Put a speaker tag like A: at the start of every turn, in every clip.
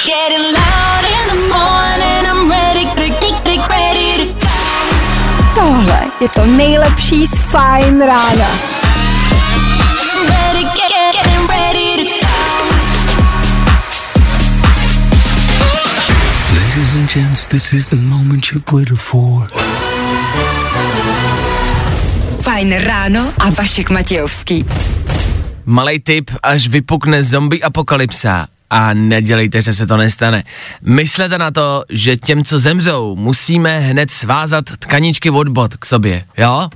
A: Tohle je to nejlepší z Fajn rána.
B: Ladies and gents, this is the moment you've waited for.
A: Fajn ráno a Vašek Matějovský.
C: Malej tip, až vypukne zombie apokalypsa. A nedělejte, že se to nestane. Myslete na to, že těm, co zemřou, musíme hned svázat tkaničky od bot k sobě, jo?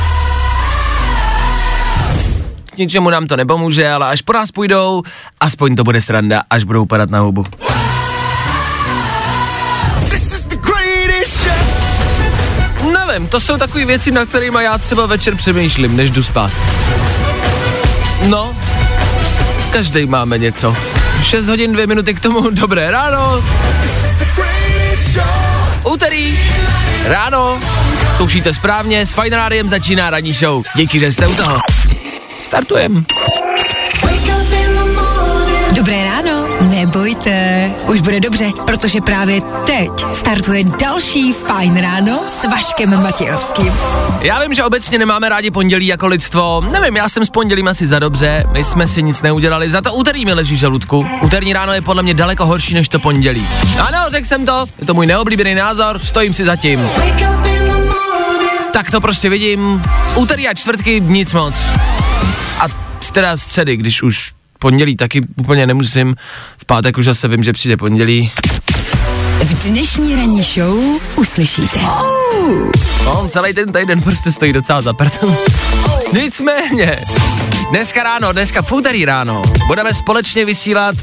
C: K ničemu nám to nepomůže, ale až po nás půjdou, aspoň to bude sranda, až budou padat na hubu. Nevím, to jsou takové věci, na kterýma já třeba večer přemýšlím, než jdu spát. No, každej máme něco. 6 hodin 2 minuty k tomu, dobré ráno. Úterý, ráno, tušíte správně, s Fajn rádiem začíná ranní show. Díky, že jste u toho. Startujem.
A: Dobré ráno, nebojte, už bude dobře, protože právě teď startuje další Fajn ráno s Vaškem Matějovským.
C: Já vím, že obecně nemáme rádi pondělí jako lidstvo, nevím, já jsem s pondělím asi za dobře, my jsme si nic neudělali, za to úterý mi leží v žaludku. Úterní ráno je podle mě daleko horší než to pondělí. Ano, řekl jsem to, je to můj neoblíbený názor, stojím si za tím. Tak to prostě vidím, úterý a čtvrtky nic moc. A teda středy, když už pondělí taky úplně nemusím, v pátek už zase vím, že přijde pondělí.
A: V dnešní ranní show uslyšíte.
C: No, celý ten týden prostě stojí docela za prd. Nicméně, dneska v úterý ráno, budeme společně vysílat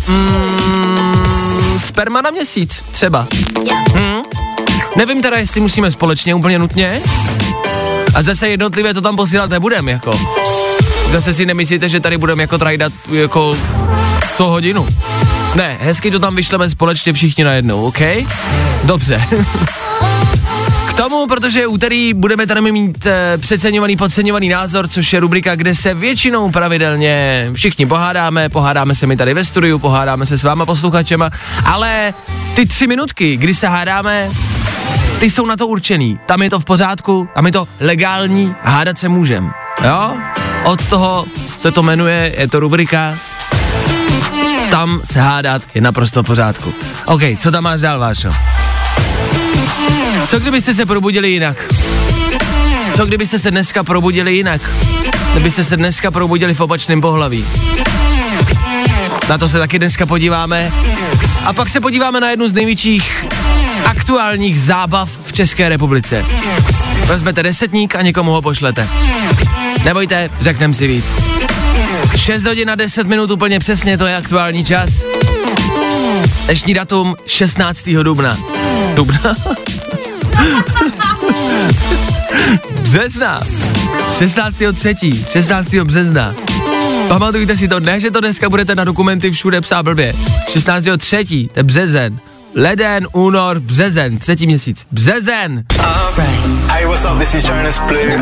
C: sperma na měsíc, třeba. Nevím teda, jestli musíme společně úplně nutně, a zase jednotlivě to tam posílat nebudeme, jako. Zase si nemyslíte, že tady budeme jako trajdat jako co hodinu. Ne, hezky to tam vyšleme společně všichni najednou, OK? Dobře. K tomu, protože úterý budeme tady mít přeceňovaný, podceňovaný názor, což je rubrika, kde se většinou pravidelně všichni pohádáme se mi tady ve studiu, pohádáme se s váma posluchačema, ale ty 3 minutky, kdy se hádáme, ty jsou na to určený. Tam je to v pořádku, tam je to legální, hádat se můžem, jo? Od toho se to jmenuje, je to rubrika, tam se hádat je naprosto v pořádku. OK, co tam máš dál, Vášo? Co kdybyste se probudili jinak? Co kdybyste se dneska probudili jinak? Kdybyste se dneska probudili v opačném pohlaví? Na to se taky dneska podíváme. A pak se podíváme na jednu z největších aktuálních zábav v České republice. Vezmete desetník a někomu ho pošlete. Nebojte, řekneme si víc. 6 hodin a 10 minut úplně přesně, to je aktuální čas. Dnešní datum 16. dubna. Března. 16. března. Pamatujte si to, ne, že to dneska budete na dokumenty všude psát blbě. 16.3. to je březen. Leden, únor, březen, 3. měsíc. Březen!
D: Hey, what's up? This is Jonas Blue.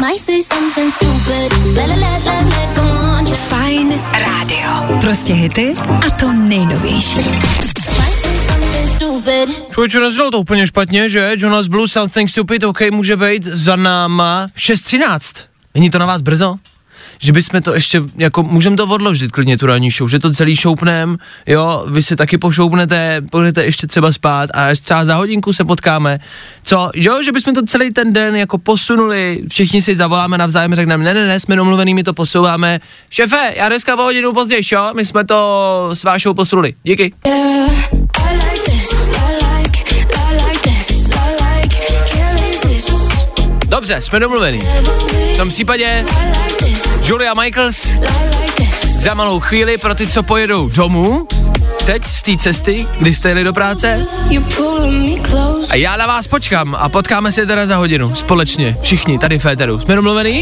A: Fajn rádio. Prostě hity a to nejnovější.
C: Člověče, neznělo to úplně špatně, že? Jonas Blue, Something Stupid, OK, může být za náma 6:13. Není to na vás brzo? Že bychom to ještě, jako, můžeme to odložit klidně tu ranní show, že to celý šoupnem, jo, vy se taky pošoupnete, budete ještě třeba spát a až třeba za hodinku se potkáme. Co, jo, že bychom to celý ten den jako posunuli, všichni si zavoláme navzájem, řekneme, ne, jsme domluvený, my to posouváme. Šefe, já dneska o hodinu později, jo, my jsme to s Vášou posunuli. Díky. Dobře, jsme domluvený. V tom případě Julia Michaels za malou chvíli pro ty, co pojedou domů, teď z té cesty, když jste jeli do práce. A já na vás počkám a potkáme se teda za hodinu, společně, všichni, tady v éteru. Jsme domluvený?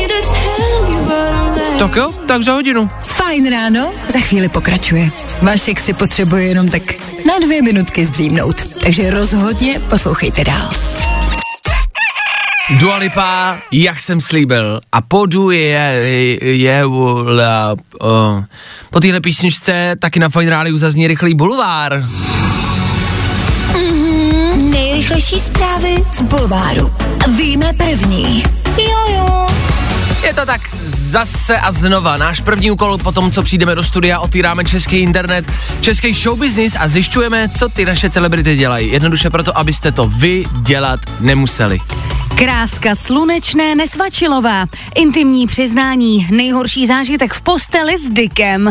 C: Tak jo, tak za hodinu.
A: Fajn ráno, za chvíli pokračuje. Vašek si potřebuje jenom tak na 2 minutky zdřímnout, takže rozhodně poslouchejte dál.
C: Dua Lipa, jak jsem slíbil, a po téhle písničce taky na Fajn rádiu zazní Rychlý bulvár.
A: nejrychlejší zprávy z bulváru. Víme první. Jojo.
C: Je to tak zase a znova. Náš první úkol po tom, co přijdeme do studia, otvíráme český internet, český showbiznis a zjišťujeme, co ty naše celebrity dělají. Jednoduše proto, abyste to vy dělat nemuseli.
A: Kráska Slunečné Nesvačilová. Intimní přiznání. Nejhorší zážitek v posteli s Dickem.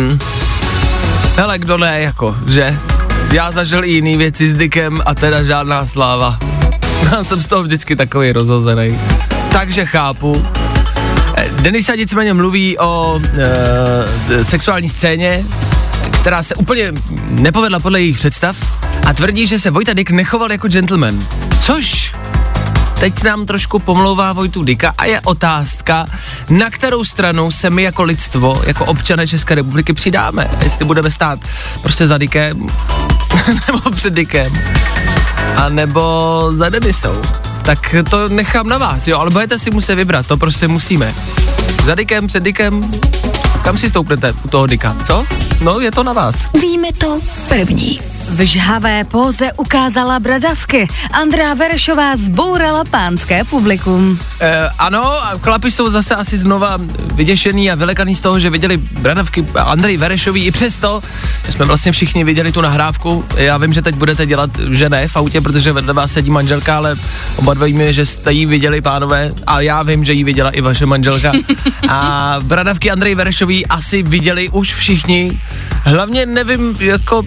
C: Hele, kdo ne, jako, že? Já zažil i jiný věci s Dickem a teda žádná sláva. Já jsem z toho vždycky takový rozhozený. Takže chápu. Denisa nicméně mluví o sexuální scéně, která se úplně nepovedla podle jejich představ a tvrdí, že se Vojta Dick nechoval jako gentleman. Což teď nám trošku pomlouvá Vojtu Dicka a je otázka, na kterou stranu se my jako lidstvo, jako občané České republiky přidáme. Jestli budeme stát prostě za Dickem, nebo před Dickem, a nebo za Denisou. Tak to nechám na vás, jo, ale budete si muset vybrat, to prostě musíme. Za Dickem, před Dickem, kam si stoupnete u toho Dicka, co? No, je to na vás.
A: Víme to první. V žhavé póze ukázala bradavky. Andrea Verešová zbourala pánské publikum.
C: Ano, a chlapi jsou zase asi znova vyděšený a vylekaný z toho, že viděli bradavky Andreji Verešový i přesto, že jsme vlastně všichni viděli tu nahrávku. Já vím, že teď budete dělat, že ne v autě, protože vedle vás sedí manželka, ale oba dva víme, že jste jí viděli, pánové, a já vím, že jí viděla i vaše manželka. A bradavky Andreji Verešový asi viděli už všichni. Hlavně nevím, jako,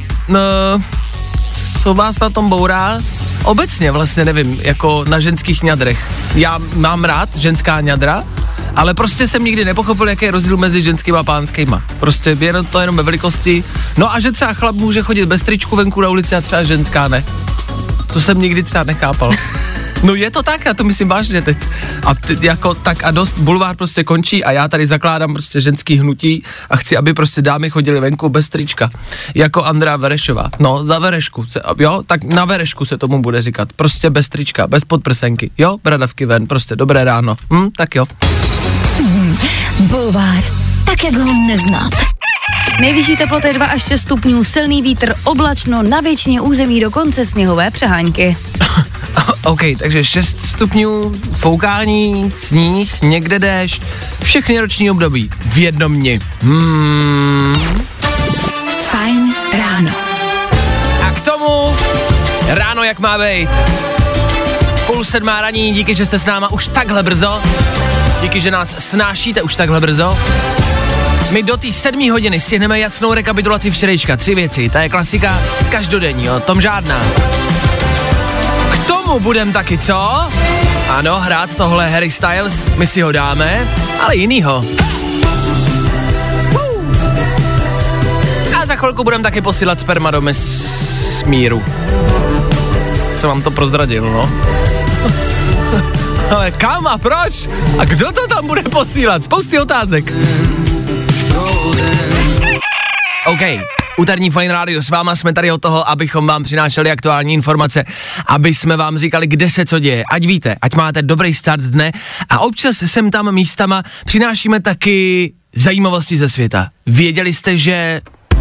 C: co vás na tom bourá. Obecně vlastně nevím, jako na ženských ňadrech. Já mám rád ženská ňadra, ale prostě jsem nikdy nepochopil, jaký je rozdíl mezi ženskýma a pánskýma. Prostě je to jenom ve velikosti. No a že třeba chlap může chodit bez tričku venku na ulici a třeba ženská ne. To jsem nikdy třeba nechápal. No je to tak, já to myslím vážně teď. A jako tak a dost, bulvár prostě končí a já tady zakládám prostě ženský hnutí a chci, aby prostě dámy chodily venku bez trička. Jako Andrea Verešová. No, za Verešku, jo, tak na Verešku se tomu bude říkat. Prostě bez trička, bez podprsenky, jo, bradavky ven, prostě dobré ráno. Tak jo.
A: Bulvár, tak jak ho neznáte. Nejvyšší teploty 2 až 6 stupňů, silný vítr, oblačno, na většině území dokonce sněhové přehánky.
C: OK, takže 6 stupňů, foukání, sníh, někde déšť, všechny roční období v jednom dni.
A: Fajn ráno.
C: A k tomu ráno jak má být. 6:30 raní, díky, že jste s náma už takhle brzo. Díky, že nás snášíte už takhle brzo. My do té 7 hodiny stihneme jasnou rekapitulaci včerejška. 3 věci, ta je klasika každodenní, o tom žádná. K tomu budem taky co? Ano, hrát tohle Harry Styles, my si ho dáme, ale jinýho. A za chvilku budem taky posílat sperma do smíru. Jsem vám to prozradil, no. Ale kam a proč? A kdo to tam bude posílat? Spousty otázek. OK, úterní Fajn rádio s váma, jsme tady od toho, abychom vám přinášeli aktuální informace, aby jsme vám říkali, kde se co děje, ať víte, ať máte dobrý start dne a občas sem tam místama přinášíme taky zajímavosti ze světa. Věděli jste, že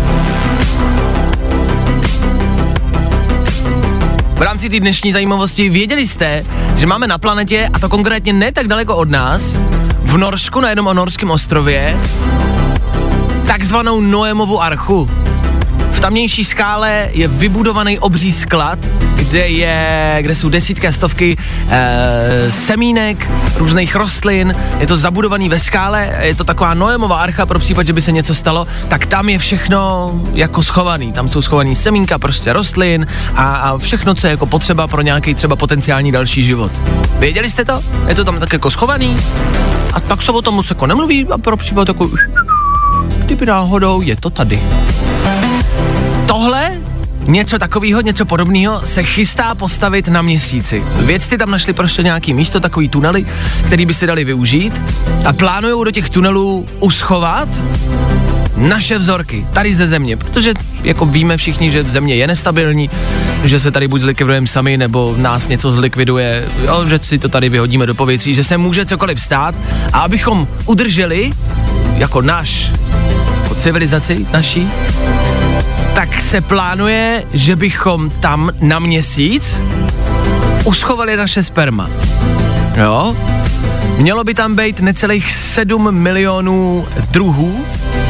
C: v rámci té dnešní zajímavosti věděli jste, že máme na planetě, a to konkrétně ne tak daleko od nás, v Norsku, na jednom norském ostrově, takzvanou Noemovu archu. V tamnější skále je vybudovaný obří sklad, kde jsou desítky a stovky semínek, různých rostlin, je to zabudovaný ve skále, je to taková Noemova archa pro případ, že by se něco stalo, tak tam je všechno jako schovaný, tam jsou schovaný semínka, prostě rostlin a všechno, co je jako potřeba pro nějaký třeba potenciální další život. Věděli jste to? Je to tam tak jako schovaný a tak se o tom moc jako nemluví a pro případ jako kdyby náhodou je to tady. Tohle, něco takového, něco podobného se chystá postavit na Měsíci. Vědci tam našli prostě nějaký místo, takový tunely, který by se dali využít a plánujou do těch tunelů uschovat naše vzorky, tady ze Země, protože jako víme všichni, že Země je nestabilní, že se tady buď zlikvidujeme sami, nebo nás něco zlikviduje, jo, že si to tady vyhodíme do povětří, že se může cokoliv stát a abychom udrželi jako jako civilizaci naší, tak se plánuje, že bychom tam na Měsíc uschovali naše sperma. Jo? Mělo by tam být necelých 7 milionů druhů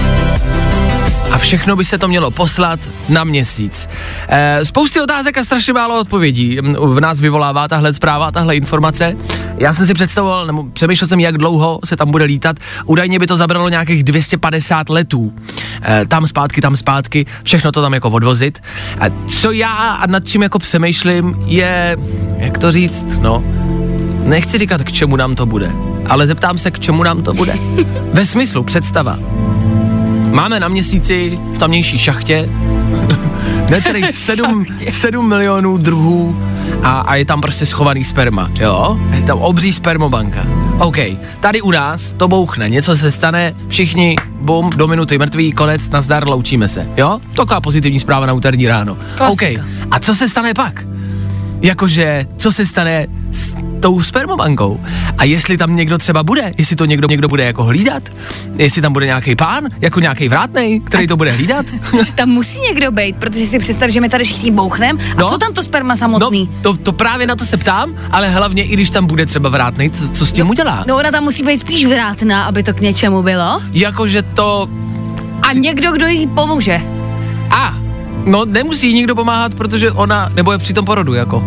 C: a všechno by se to mělo poslat na Měsíc. Spousty otázek a strašně málo odpovědí v nás vyvolává tahle zpráva, tahle informace. Já jsem si představoval, nebo přemýšlel jsem, jak dlouho se tam bude lítat. Údajně by to zabralo nějakých 250 letů. Tam zpátky, všechno to tam jako odvozit. Co já a nad čím jako přemýšlím je, jak to říct, no, nechci říkat, k čemu nám to bude, ale zeptám se, k čemu nám to bude. Ve smyslu, představa. Máme na Měsíci v tamnější šachtě necelých 7 milionů druhů a je tam prostě schovaný sperma, jo? Je tam obří spermobanka. OK, tady u nás to bouchne, něco se stane, všichni, bum, do minuty mrtví, konec, nazdar, loučíme se, jo? Taková pozitivní zpráva na úterní ráno.
A: Klasika.
C: OK, a co se stane pak? Jakože, co se stane s tou spermobankou? A jestli tam někdo třeba bude, jestli to někdo bude jako hlídat, jestli tam bude nějaký pán, jako nějaký vrátnej, který to bude hlídat?
E: Tam musí někdo být, protože si představ, že my tady všichni bouchnem. A
C: No.
E: co tam to sperma samotný?
C: No, to právě na to se ptám, ale hlavně i když tam bude třeba vrátnej, co s tím udělá?
E: No ona tam musí být spíš vrátná, aby to k něčemu bylo.
C: Jakože to...
E: A někdo, kdo jí pomůže.
C: No nemusí nikdo pomáhat, protože ona, nebo je při tom porodu, jako.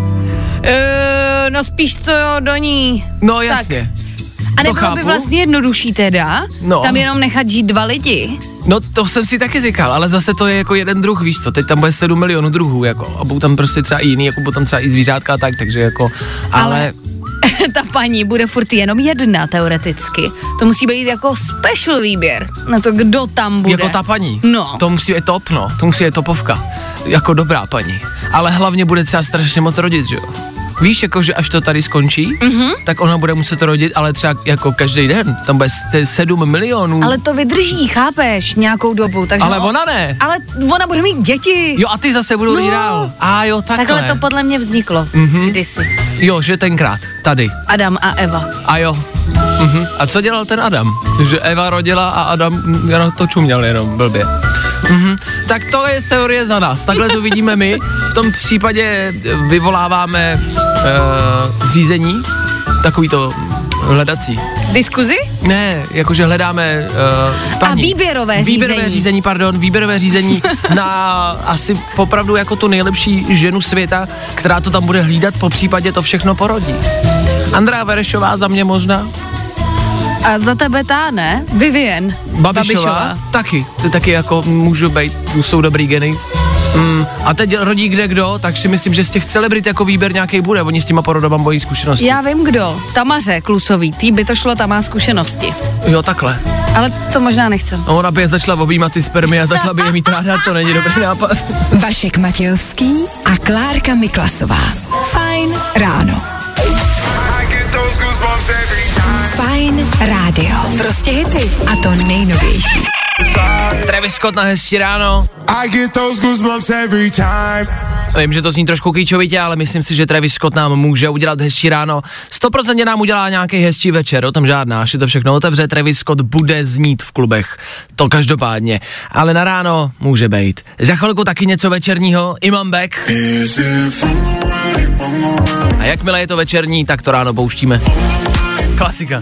E: No spíš to do ní.
C: No jasně.
E: A
C: To
E: nebylo by
C: chápu.
E: vlastně jednodušší teda,
C: No.
E: tam jenom nechat žít 2 lidi.
C: No to jsem si taky říkal, ale zase to je jako jeden druh, víš co, teď tam bude 7 milionů druhů, jako, a budou tam prostě třeba i jiný, jako budou tam třeba i zvířátka a tak, takže jako, ale
E: Ta paní bude furt jenom jedna teoreticky. To musí být jako special výběr na to, kdo tam bude.
C: jako ta paní,
E: No.
C: to musí být top, no, to musí být topovka, jako dobrá paní, ale hlavně bude třeba strašně moc rodit, že jo. Víš, jako, že až to tady skončí, tak ona bude muset rodit, ale třeba jako každý den, tam bude 7 milionů.
E: Ale to vydrží, chápeš, nějakou dobu. Takže
C: Ale ona ne.
E: Ale ona bude mít děti.
C: Jo, a ty zase budou
E: No.
C: jít dál. A jo, takhle.
E: Takhle to podle mě vzniklo kdysi.
C: Jo, že tenkrát, tady.
E: Adam a Eva.
C: A jo. A co dělal ten Adam? Že Eva rodila a Adam jenom to čuměl jenom blbě. Tak to je teorie za nás. Takhle to vidíme my. V tom případě vyvoláváme řízení, takový to hledací.
E: Diskuzi?
C: Ne, jakože hledáme paní.
E: výběrové
C: výběrové řízení na asi opravdu jako tu nejlepší ženu světa, která to tam bude hlídat, po případě to všechno porodí. Andrea Verešová za mě možná.
E: A za tebe ta, ne? Vivian
C: Babišová. Taky, ty taky jako můžu být, tu jsou dobrý geny. A teď rodí kde kdo, tak si myslím, že z těch celebrit jako výběr nějaký bude, oni s těma porodama bojí zkušenosti.
E: Já vím kdo. Tamaře Klusový, tý by to šlo, ta má zkušenosti.
C: Jo, takhle.
E: Ale to možná nechce.
C: No, ona by je začala objímat ty spermy a začala by je mít ráda, to není dobrý nápad.
A: Vašek Matějovský a Klárka Miklasová. Fajn ráno. Fajn rádio. Prostě hity. A to nejnovější.
C: Travis Scott na Hezčí ráno.
B: I get those goosebumps every time.
C: Vím, že to zní trošku kýčovitě, ale myslím si, že Travis Scott nám může udělat hezčí ráno. 100% nám udělá nějaký hezčí večer, o tom žádná, až to všechno otevře, Travis Scott bude znít v klubech, to každopádně, ale na ráno může být. Za chvilku taky něco večerního, Imam Beck. A jakmile je to večerní, tak to ráno pouštíme. Klasika.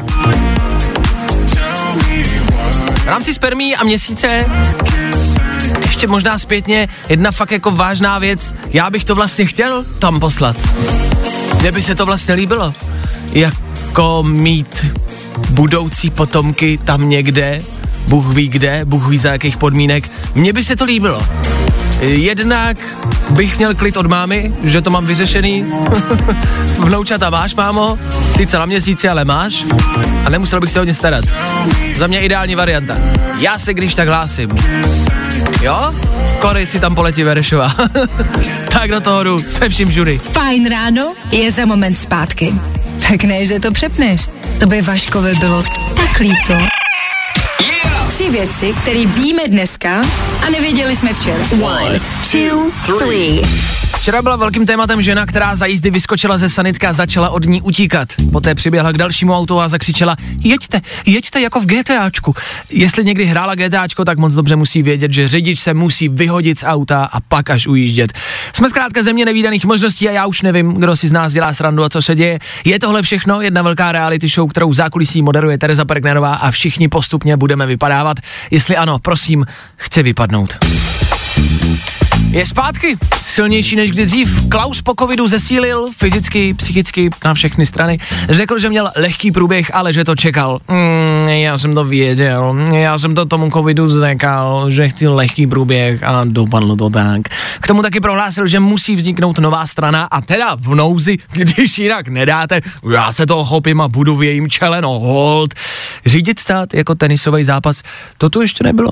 C: V rámci spermí a měsíce ještě možná zpětně jedna fakt jako vážná věc, já bych to vlastně chtěl tam poslat. Mně by se to vlastně líbilo. Jako mít budoucí potomky tam někde, Bůh ví kde, Bůh ví za jakých podmínek, mně by se to líbilo. Jednak bych měl klid od mámy, že to mám vyřešený. Vnoučata máš, mámo, ty co na měsíci, ale máš. A nemusel bych se hodně starat. Za mě ideální varianta. Já se když tak hlásím. Jo? Kory si tam poletí Verešová. Tak do toho jdu, se vším žury.
A: Fajn ráno je za moment zpátky. Tak ne, že to přepneš. To by Vaškovi bylo tak líto. 3 věci, které víme dneska a nevěděli jsme včera. 1, 2, 3.
C: Včera byla velkým tématem žena, která za jízdy vyskočila ze sanitka a začala od ní utíkat. Poté přiběhla k dalšímu autu a zakřičela: jeďte jako v GTAčku. Jestli někdy hrála GTAčko, tak moc dobře musí vědět, že řidič se musí vyhodit z auta a pak až ujíždět. Jsme zkrátka země nevídaných možností a já už nevím, kdo si z nás dělá srandu a co se děje. Je tohle všechno jedna velká reality show, kterou v zákulisí moderuje Tereza Perknerová a všichni postupně budeme vypadávat. Jestli ano, prosím, chci vypadnout. Je zpátky, silnější než kdy dřív. Klaus po covidu zesílil fyzicky, psychicky, na všechny strany. Řekl, že měl lehký průběh, ale že to čekal. Já jsem to věděl, já jsem to tomu covidu řekl, že chci lehký průběh a dopadlo to tak. K tomu taky prohlásil, že musí vzniknout nová strana a teda v nouzi, když jinak nedáte, já se toho chopím a budu v jejím čele, no hold. Řídit stát jako tenisový zápas, to tu ještě nebylo.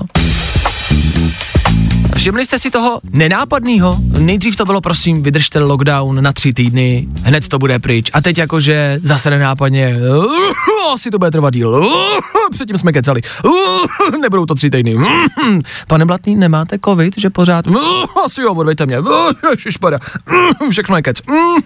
C: Všimli jste si toho nenápadného? Nejdřív to bylo, prosím, vydržte lockdown na 3 týdny, hned to bude pryč. A teď jakože zase nenápadně, asi to bude trvat díl. Předtím jsme kecali. Nebudou to 3 týdny. Pane Blatný, nemáte covid, že pořád? Asi jo, odveďte mě. Ježišpada. Všechno je kec.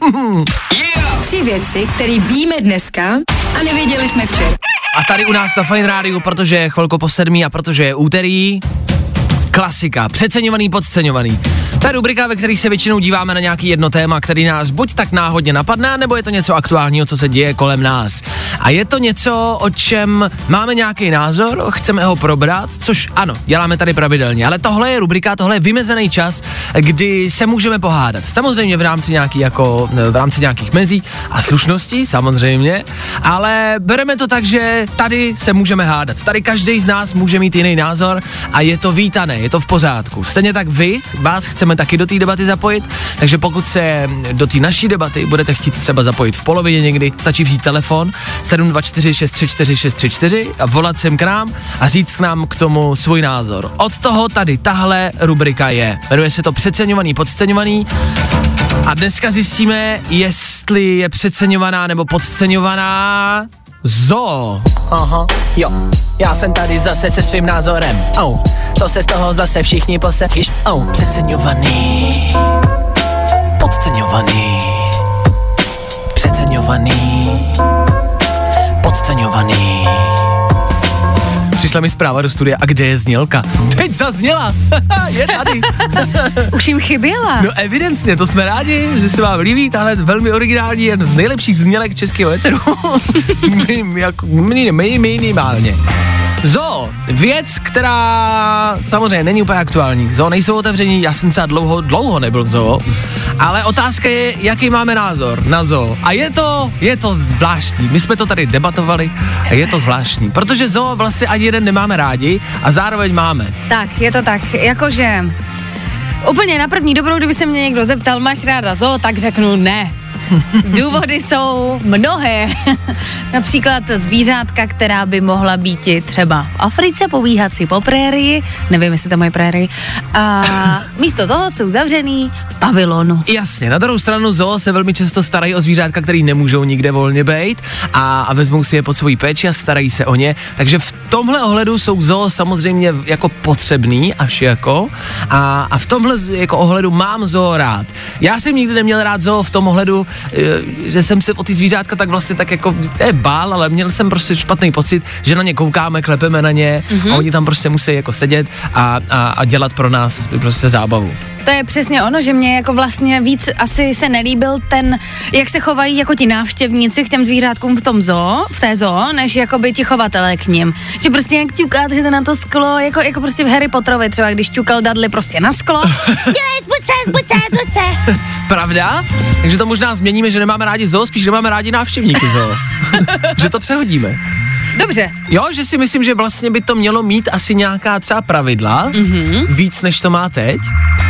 A: 3 věci, které víme dneska a nevěděli jsme včera.
C: A tady u nás na Fajn rádiu, protože je chvilku po 7 a protože je úterý, klasika, přeceňovaný, podceňovaný. To je rubrika, ve které se většinou díváme na nějaký jedno téma, který nás buď tak náhodně napadne, nebo je to něco aktuálního, co se děje kolem nás. A je to něco, o čem máme nějaký názor, chceme ho probrat, což ano, děláme tady pravidelně, ale tohle je rubrika, tohle je vymezený čas, kdy se můžeme pohádat. Samozřejmě v rámci nějakých mezí a slušností, samozřejmě, ale bereme to tak, že tady se můžeme hádat. Tady každý z nás může mít jiný názor a je to vítané, je to v pořádku. Stejně tak vás chceme taky do té debaty zapojit, takže pokud se do té naší debaty budete chtít třeba zapojit v polovině někdy, stačí vzít telefon 724 634 634 a volat sem k nám a říct k nám k tomu svůj názor. Od toho tady tahle rubrika je. Jmenuje se to přeceňovaný, podceňovaný a dneska zjistíme, jestli je přeceňovaná nebo podceňovaná zoo. Aha, jo. Já jsem tady zase se svým názorem. To se z toho zase všichni posevíš. Přeceňovaný, podceňovaný, přeceňovaný, podceňovaný. Přišla mi zpráva do studia, a kde je znělka? Teď zazněla, je tady.
E: Už jim chyběla.
C: No evidentně, to jsme rádi, že se vám líbí, tahle velmi originální, jeden z nejlepších znělek českého éteru. Minimálně. Zoo, věc, která samozřejmě není úplně aktuální. Zoo nejsou otevření, já jsem třeba dlouho nebyl v zoo, ale otázka je, jaký máme názor na zoo. A je to zvláštní. My jsme to tady debatovali a je to zvláštní, protože zoo vlastně ani jeden nemáme rádi a zároveň máme.
E: Tak, je to tak, jakože úplně na první dobrou, kdyby se mě někdo zeptal, máš ráda zoo, tak řeknu ne. Důvody jsou mnohé. Například zvířátka, která by mohla být třeba v Africe, pobíhat si po prérii, nevím, jestli tam mají prérii, a místo toho jsou zavřený v pavilonu.
C: Jasně, na druhou stranu zoo se velmi často starají o zvířátka, který nemůžou nikde volně bejt a vezmou si je pod svoji péči a starají se o ně, takže v tomhle ohledu jsou zoo samozřejmě jako potřebný až jako a v tomhle jako ohledu mám zoo rád. Já jsem nikdy neměl rád zoo v tom ohledu, že jsem se o ty zvířátka tak vlastně tak jako bál, ale měl jsem prostě špatný pocit, že na ně koukáme, klepeme na ně a oni tam prostě musí jako sedět a dělat pro nás prostě zábavu.
E: To je přesně ono, že mě jako vlastně víc asi se nelíbil ten, jak se chovají jako ti návštěvníci k těm zvířátkům v té zoo, než jakoby ti chovatelé k nim. Že prostě jak ťukáte na to sklo, jako prostě v Harry Potterovi třeba, když ťukal Dudley prostě na sklo. Zbuď se.
C: Pravda? Takže to možná změníme, že nemáme rádi zoo, spíš nemáme rádi návštěvníky zoo. Že to přehodíme.
E: Dobře.
C: Jo, že si myslím, že vlastně by to mělo mít asi nějaká třeba pravidla, víc než to má teď.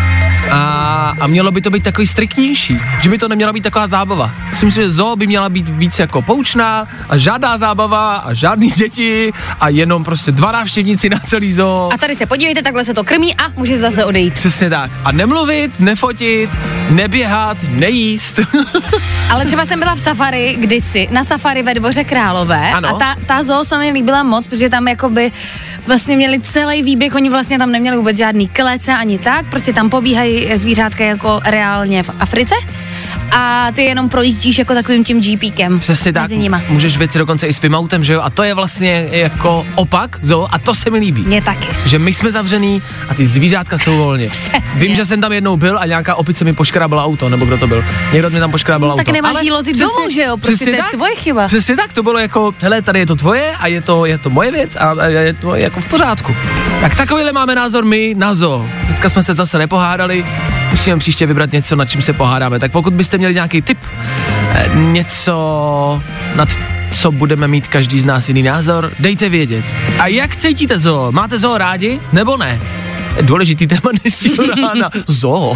C: A mělo by to být takový striktnější, že by to neměla být taková zábava. Myslím si, že zoo by měla být víc jako poučná a žádná zábava a žádný děti a jenom prostě 2 návštěvníci na celý zoo.
E: A tady se podívejte, takhle se to krmí a může zase odejít.
C: Přesně tak. A nemluvit, nefotit, neběhat, nejíst.
E: Ale třeba jsem byla v safari kdysi, na safari ve Dvoře Králové.
C: Ano.
E: A ta zoo se mi líbila moc, protože tam jakoby vlastně měli celý výběh, oni vlastně tam neměli vůbec žádný klece ani tak, prostě tam pobíhají zvířátka jako reálně v Africe. A ty jenom projíždíš jako takovým tím GPkem.
C: Přesně tak, můžeš věci dokonce i svým autem, že jo? A to je vlastně jako opak zoo a to se mi líbí.
E: Mně taky.
C: Že my jsme zavřený a ty zvířátka jsou volně.
E: Přesně.
C: Vím, že jsem tam jednou byl a nějaká opice mi poškrábala auto, nebo kdo to byl. Někdo mi tam poškrábal auto.
E: Tak nemáš jí lozit domů, že jo? Prostě to je tvoje chyba.
C: Přesně tak, to bylo jako, hele, tady je to tvoje a je to moje věc a je to jako v pořádku. Tak takovýhle máme názor my na zoo. Dneska jsme se zase nepohádali. Musíme příště vybrat něco, nad čím se pohádáme. Tak pokud byste měli nějaký tip, něco, nad co budeme mít každý z nás jiný názor, dejte vědět. A jak cítíte zoo? Máte zoo rádi, nebo ne? Důležitý téma dnešního rána. Zoo.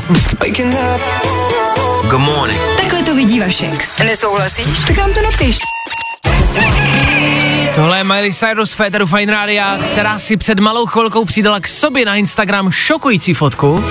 B: Good morning.
A: Takhle to vidí Vašek. Nesouhlasíš? Tak nám to napiš.
C: Tohle je Miley Cyrus v éteru Fajn Rádia, která si před malou chvilkou přidala k sobě na Instagram šokující fotku.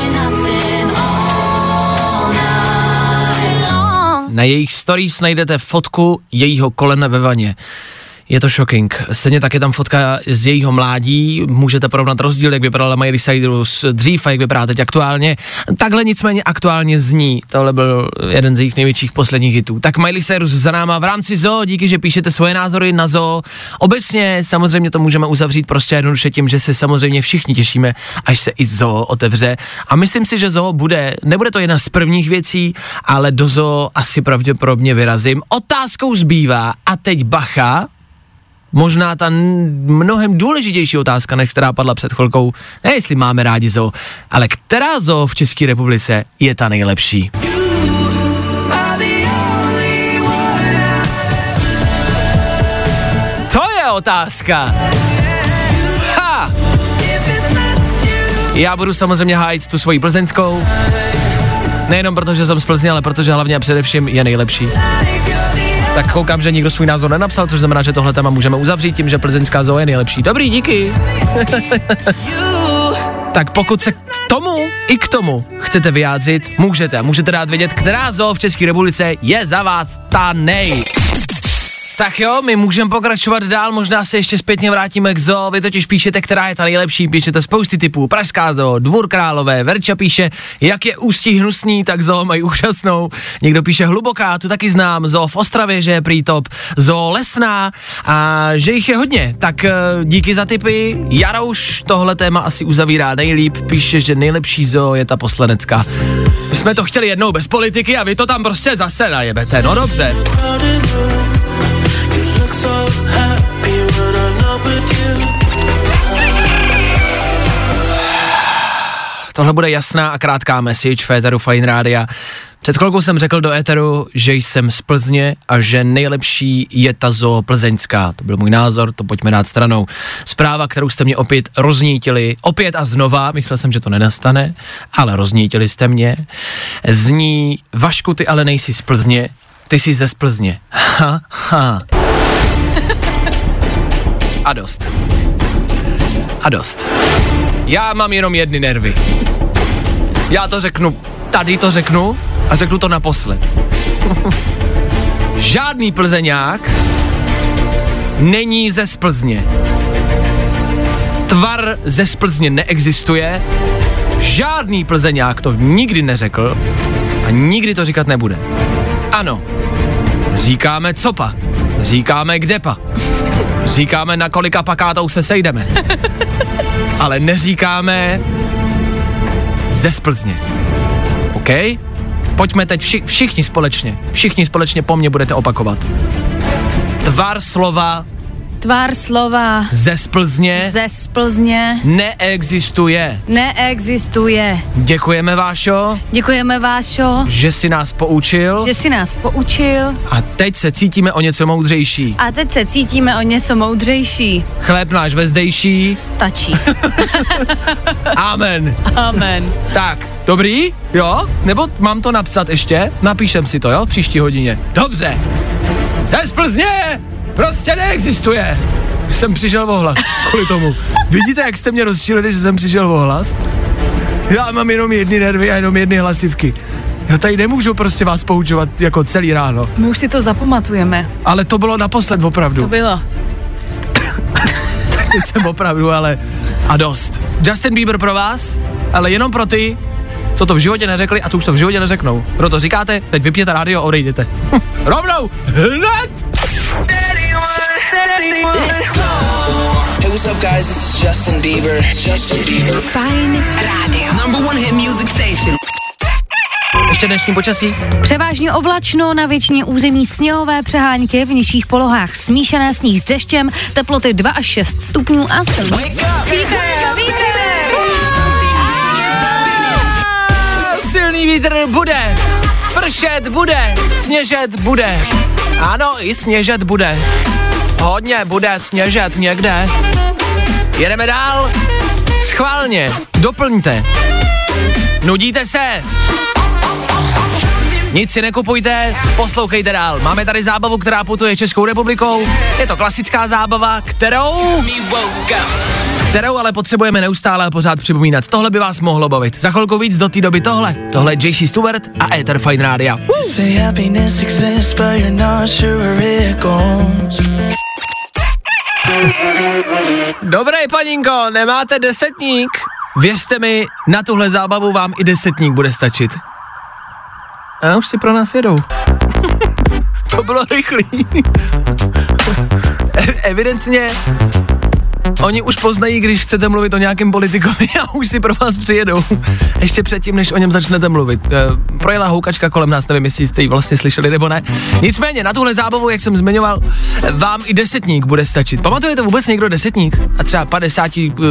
C: Na jejich stories najdete fotku jejího kolena ve vaně. Je to shocking. Stejně tak je tam fotka z jejího mládí, můžete porovnat rozdíl, jak vypadala Miley Cyrus dřív a jak vypadá teď aktuálně. Takhle nicméně aktuálně zní. Tohle byl jeden z jejich největších posledních hitů. Tak Miley Cyrus za náma v rámci zoo, díky, že píšete svoje názory na zoo. Obecně samozřejmě to můžeme uzavřít prostě jednoduše tím, že se samozřejmě všichni těšíme, až se i zoo otevře. A myslím si, že zoo nebude to jedna z prvních věcí, ale do zoo asi pravděpodobně vyrazím. Otázkou zbývá, a teď bacha, možná ta mnohem důležitější otázka, než která padla před chvilkou, ne jestli máme rádi zoo, ale která zoo v České republice je ta nejlepší? To je otázka. Ha! Já budu samozřejmě hájit tu svoji plzeňskou, nejenom proto, že jsem z Plzně, ale protože hlavně a především je nejlepší. Tak koukám, že nikdo svůj názor nenapsal, což znamená, že tohle téma můžeme uzavřít tím, že plzeňská zoo je nejlepší. Dobrý, díky. Tak pokud se k tomu chcete vyjádřit, můžete dát vědět, která zoo v České republice je za vás ta nej. Tak jo, my můžeme pokračovat dál, možná se ještě zpětně vrátíme k zoo, vy totiž píšete, která je ta nejlepší, píšete spousty typů, Pražská zoo, Dvůr Králové, Verča píše, jak je Ústí hnusný, tak zoo mají úžasnou, někdo píše Hluboká, tu taky znám, zoo v Ostravě, že je prý top, zoo Lesná a že jich je hodně, tak díky za tipy, Jarouš tohle téma asi uzavírá nejlíp, píše, že nejlepší zoo je ta poslanecká. My jsme to chtěli jednou bez politiky a vy to tam prostě zase najebete, no dobře. Tohle bude jasná a krátká message v éteru Fajn Rádia. Před chvilkou jsem řekl do éteru, že jsem z Plzně a že nejlepší je ta zoo plzeňská. To byl můj názor, to pojďme dát stranou. Zpráva, kterou jste mě opět roznítili, opět a znova, myslel jsem, že to nenastane, ale roznítili jste mě. Zní, Vašku, ty ale nejsi z Plzně, ty jsi ze Plzně. Ha, ha. A dost. Já mám jenom jedny nervy. Já to řeknu, tady to řeknu a řeknu to naposled. Žádný Plzeňák není ze Plzně. Tvar ze Plzně neexistuje. Žádný Plzeňák to nikdy neřekl a nikdy to říkat nebude. Ano, říkáme copa, říkáme kdepa, říkáme na kolika pakátou se sejdeme, ale neříkáme ze Plzně. OK? Pojďme teď všichni společně po mně budete opakovat. Tvar slova ze Plzně neexistuje. Děkujeme, Vášo, že jsi nás poučil. A teď se cítíme o něco moudřejší. Chléb náš vezdejší.
E: Stačí.
C: Amen.
E: Amen.
C: Tak, dobrý? Jo? Nebo mám to napsat ještě? Napíšem si to, jo? Příští hodině. Dobře. Ze Plzně prostě neexistuje. Jsem přišel o hlas kvůli tomu. Vidíte, jak jste mě rozčilili, že jsem přišel o hlas? Já mám jenom jedny nervy a jenom jedny hlasivky. Já tady nemůžu prostě vás poučovat jako celý ráno.
E: My už si to zapamatujeme.
C: Ale to bylo naposled opravdu.
E: To bylo.
C: Teď jsem opravdu, ale a dost. Justin Bieber pro vás, ale jenom pro ty, co to v životě neřekli a co už to v životě neřeknou. Proto říkáte, teď vypněte rádio a odejdete. Rovnou, hned!
F: Hey, what's up, guys? This is Justin Bieber.
A: Fajn rádio.
F: #1 hit music station.
C: Ještě dnešní počasí.
E: Převážně oblačno, na většině území sněhové přehánky, v nižších polohách smíšené sníh s deštěm, teploty 2 až 6 stupňů a slunce.
C: Silný vítr bude, pršet bude, sněžet bude. Ano, i sněžet bude. Hodně bude sněžet někde. Jedeme dál. Schválně, doplňte. Nudíte se? Nic si nekupujte, poslouchejte dál. Máme tady zábavu, která putuje Českou republikou. Je to klasická zábava, kterou ale potřebujeme neustále a pořád připomínat. Tohle by vás mohlo bavit. Za chvilku víc, do té doby tohle. Tohle je JC Stewart a Ether Fine Rádia. Dobré, paninko, nemáte desetník? Věřte mi, na tuhle zábavu vám i desetník bude stačit. A už si pro nás jedou. To bylo rychlý. Evidentně oni už poznají, když chcete mluvit o nějakém politikovi a už si pro vás přijedou. Ještě předtím, než o něm začnete mluvit. Projela houkačka kolem nás, nevím, jestli jste ji vlastně slyšeli nebo ne. Nicméně, na tuhle zábavu, jak jsem zmiňoval, vám i desetník bude stačit. Pamatujete vůbec někdo desetník? A třeba 50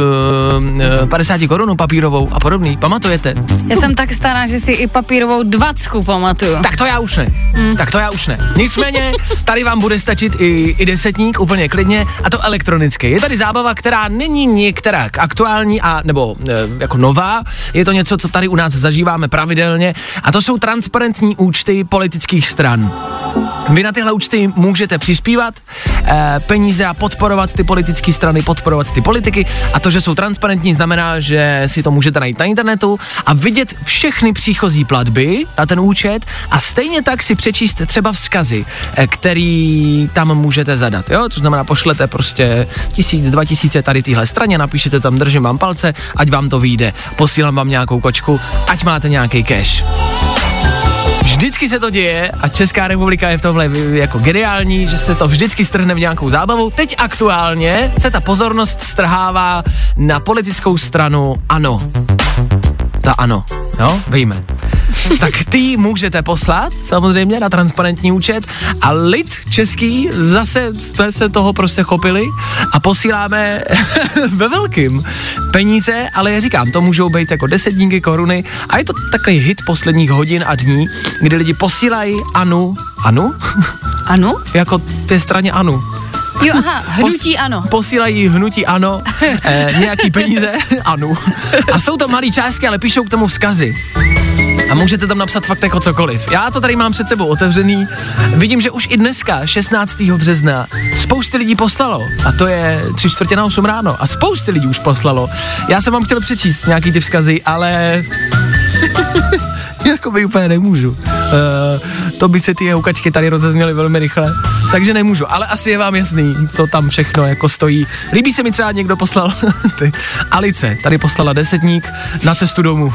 C: korunu papírovou a podobný. Pamatujete?
E: Já jsem tak stará, že si i papírovou 20 pamatuju.
C: Tak to já už ne. Nicméně, tady vám bude stačit i desetník úplně klidně, a to elektronicky. Je tady zábava, která není některak aktuální a nebo jako nová. Je to něco, co tady u nás zažíváme pravidelně, a to jsou transparentní účty politických stran. Vy na tyhle účty můžete přispívat peníze a podporovat ty politické strany, podporovat ty politiky, a to, že jsou transparentní, znamená, že si to můžete najít na internetu a vidět všechny příchozí platby na ten účet a stejně tak si přečíst třeba vzkazy, který tam můžete zadat, jo, což znamená, pošlete prostě 1000, 2000 tady téhle straně, napíšete tam, držím vám palce, ať vám to vyjde, posílám vám nějakou kočku, ať máte nějaký cash. Vždycky se to děje a Česká republika je v tomhle jako geniální, že se to vždycky strhne v nějakou zábavu. Teď aktuálně se ta pozornost strhává na politickou stranu ANO. Ta ANO, jo, víme. Tak ty můžete poslat samozřejmě na transparentní účet a lid český zase jsme se toho prostě chopili a posíláme ve velkým peníze, ale já říkám, to můžou být jako desetníky, koruny a je to takový hit posledních hodin a dní, kdy lidi posílají ANO? Jako té straně ANO.
E: Jo, aha, hnutí ANO.
C: Posílají hnutí ANO nějaký peníze, ANO. A jsou to malý částky, ale píšou k tomu vzkazy. A můžete tam napsat fakt jako cokoliv. Já to tady mám před sebou otevřený. Vidím, že už i dneska, 16. března, spousty lidí poslalo. A to je 7:45 ráno. A spousty lidí už poslalo. Já jsem vám chtěl přečíst nějaký ty vzkazy, ale jakoby úplně nemůžu. To by se ty houkačky tady rozezněly velmi rychle. Takže nemůžu, ale asi je vám jasný, co tam všechno jako stojí. Líbí se mi třeba, někdo poslal Alice, tady poslala desetník na cestu domů.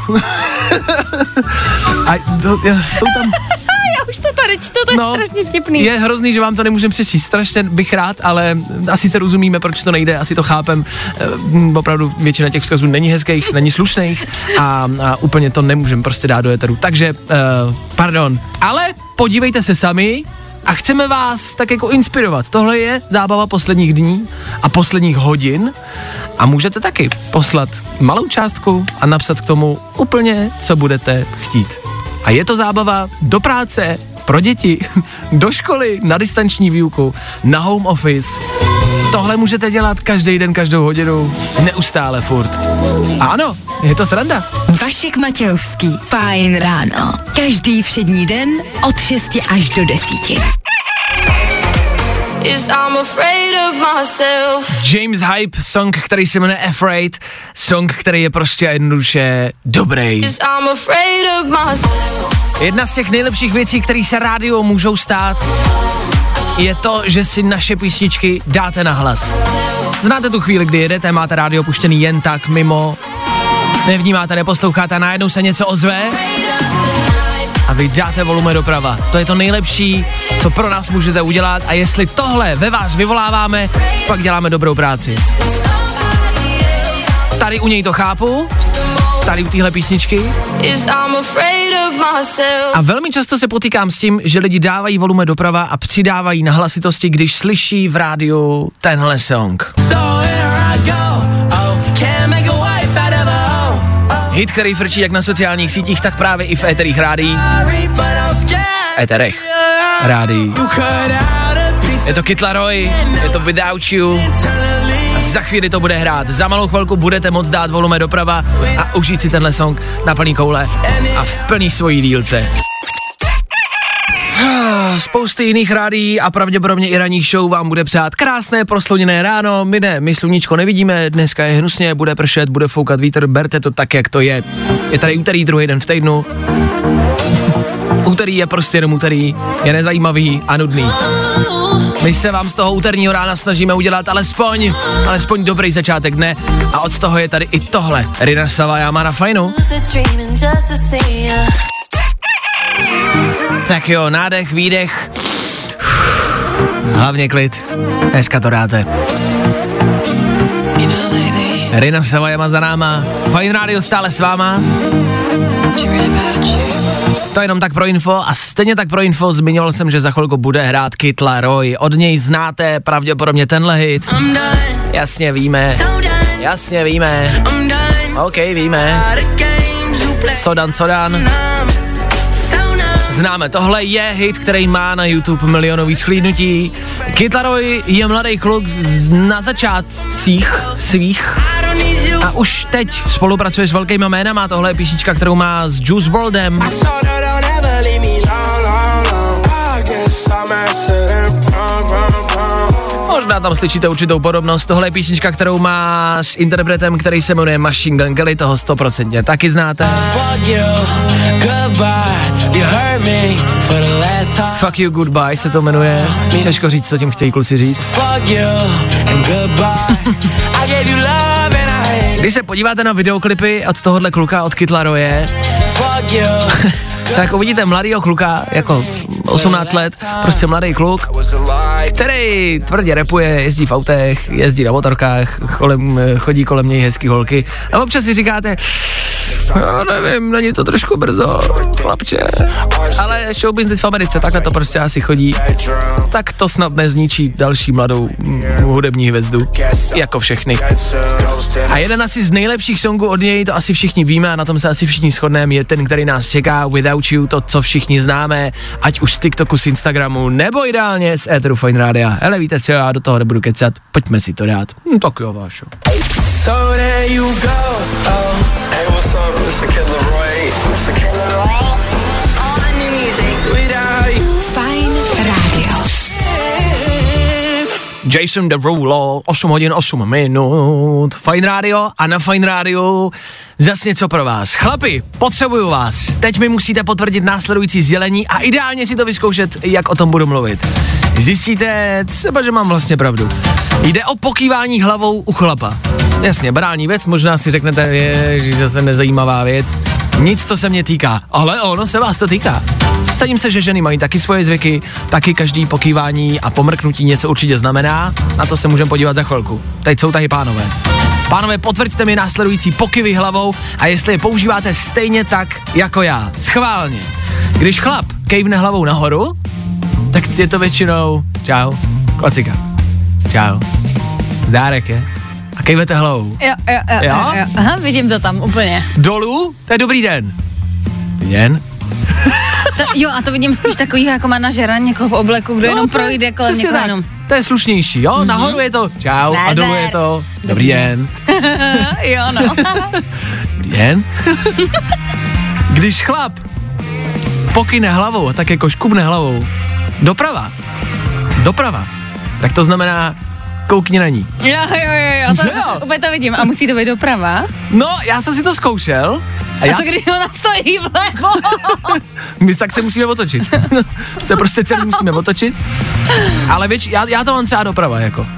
C: A jsou tam...
E: Já už to tady čtu, to je strašně vtipný.
C: Je hrozný, že vám to nemůžem přečíst, strašně bych rád, ale asi se rozumíme, proč to nejde, asi to chápem. Opravdu většina těch vzkazů není hezkých, není slušných a úplně to nemůžem prostě dát do éteru. Takže, pardon, ale podívejte se sami a chceme vás tak jako inspirovat. Tohle je zábava posledních dní a posledních hodin a můžete taky poslat malou částku a napsat k tomu úplně, co budete chtít. A je to zábava do práce, pro děti, do školy, na distanční výuku, na home office. Tohle můžete dělat každý den, každou hodinu, neustále furt. A ano, je to sranda.
A: Vašek Matějovský, Fajn ráno. Každý všední den od 6 až do 10.
C: James Hype, song, který se jmenuje Afraid, song, který je prostě jednoduše dobrý. Jedna z těch nejlepších věcí, které se rádiu můžou stát, je to, že si naše písničky dáte na hlas. Znáte tu chvíli, kdy jedete, máte rádio puštěný jen tak mimo, nevnímáte, neposloucháte a najednou se něco ozve a vy dáte volume doprava. To je to nejlepší, co pro nás můžete udělat a jestli tohle ve vás vyvoláváme, pak děláme dobrou práci. Tady u něj to chápu, tady u téhle písničky. A velmi často se potýkám s tím, že lidi dávají volume doprava a přidávají na hlasitosti, když slyší v rádiu tenhle song. Hit, který frčí jak na sociálních sítích, tak právě i v éterích rádií. Éterech rádií. Je to Kid Laroi, je to Without You. A za chvíli to bude hrát. Za malou chvilku budete moct dát volume doprava a užít si tenhle song na plný koule a v plný svojí dílce. Spousty jiných rádií a pravděpodobně i ranních show vám bude přát krásné prosluněné ráno. My sluníčko nevidíme, dneska je hnusně, bude pršet, bude foukat vítr, berte to tak, jak to je. Je tady úterý, druhý den v týdnu. Úterý je prostě jenom úterý, je nezajímavý a nudný. My se vám z toho úterního rána snažíme udělat alespoň dobrý začátek dne a od toho je tady i tohle. Rina Sawayama má na fajnu. Tak jo, nádech, výdech. Hlavně klid. Dneska to dáte. Rina Sawayama za náma. Fajn rádio stále s váma. To jenom tak pro info a stejně tak pro info zmiňoval jsem, že za chvilku bude hrát Kid Laroi. Od něj znáte pravděpodobně tenhle hit. Jasně víme. OK, víme. Sodan. Známe, tohle je hit, který má na YouTube milionový shlídnutí. Kid Laroi je mladý kluk na začátcích svých a už teď spolupracuje s velkýma jménama. Tohle je písnička, kterou má s Juice WRLDem. Možná tam slyšíte určitou podobnost. Tohle je písnička, kterou má s interpretem, který se jmenuje Machine Gun Kelly, toho 100% taky znáte. Fuck you, goodbye se to jmenuje. Těžko říct, co tím chtějí kluci říct. Když se podíváte na videoklipy od tohohle kluka, od Kid Laroie, tak uvidíte mladýho kluka, jako 18 let, prostě mladý kluk, který tvrdě rapuje, jezdí v autech, jezdí na motorkách, chodí kolem něj hezký holky a občas si říkáte, já nevím, není to trošku brzo, chlapče, ale show business v Americe, takhle to prostě asi chodí, tak to snad nezničí další mladou hudební hvězdu, jako všechny. A jeden asi z nejlepších songů od něj, to asi všichni víme a na tom se asi všichni shodneme, je ten, který nás čeká, Without You, to, co všichni známe, ať už z TikToku, z Instagramu, nebo ideálně z éteru Fajn rádia. Hele, víte co, já do toho nebudu kecat, pojďme si to dát. Tak jo, Vášo.
F: So there you go. Oh, hey, what's up? Mr. Kid Laroi. Mr. Kid Laroi.
A: All the new music.
F: Without you.
A: Fajn rádio.
C: Jason Derulo, 8 hodin 8 minut, Fajn rádio a na Fajn rádiu zas něco pro vás. Chlapi, potřebuju vás. Teď mi musíte potvrdit následující sdělení a ideálně si to vyzkoušet, jak o tom budu mluvit. Zjistíte třeba, že mám vlastně pravdu. Jde o pokývání hlavou u chlapa. Jasně, banální věc, možná si řeknete, že zase nezajímavá věc. Nic, to se mě týká, ale ono se vás to týká. Vsadím se, že ženy mají taky svoje zvyky, taky každý pokývání a pomrknutí něco určitě znamená, na to se můžeme podívat za chvilku. Teď jsou tady pánové. Pánové, potvrďte mi následující pokyvy hlavou a jestli je používáte stejně tak jako já. Schválně. Když chlap kejvne hlavou nahoru, tak je to většinou čau, klasika. Čau. Zdárek je. A kejvete hlavou.
E: Jo. Aha, vidím to tam úplně.
C: Dolů, to je dobrý den. Den.
E: Jo, a to vidím spíš takovýho jako manažera, někoho v obleku, kdo jenom projde kolem někoho jenom.
C: To je slušnější, jo? Nahoru je to čau a dolů je to dobrý den.
E: Jo, no.
C: Dobrý den. Když chlap pokyne hlavou, tak jako škubne hlavou doprava, tak to znamená koukni na ní.
E: Jo, úplně to vidím. A musí to být doprava?
C: No, já jsem si to zkoušel.
E: A co když ona stojí vlevo?
C: My tak se musíme otočit. Se prostě celý musíme otočit. Ale já to mám třeba doprava, jako.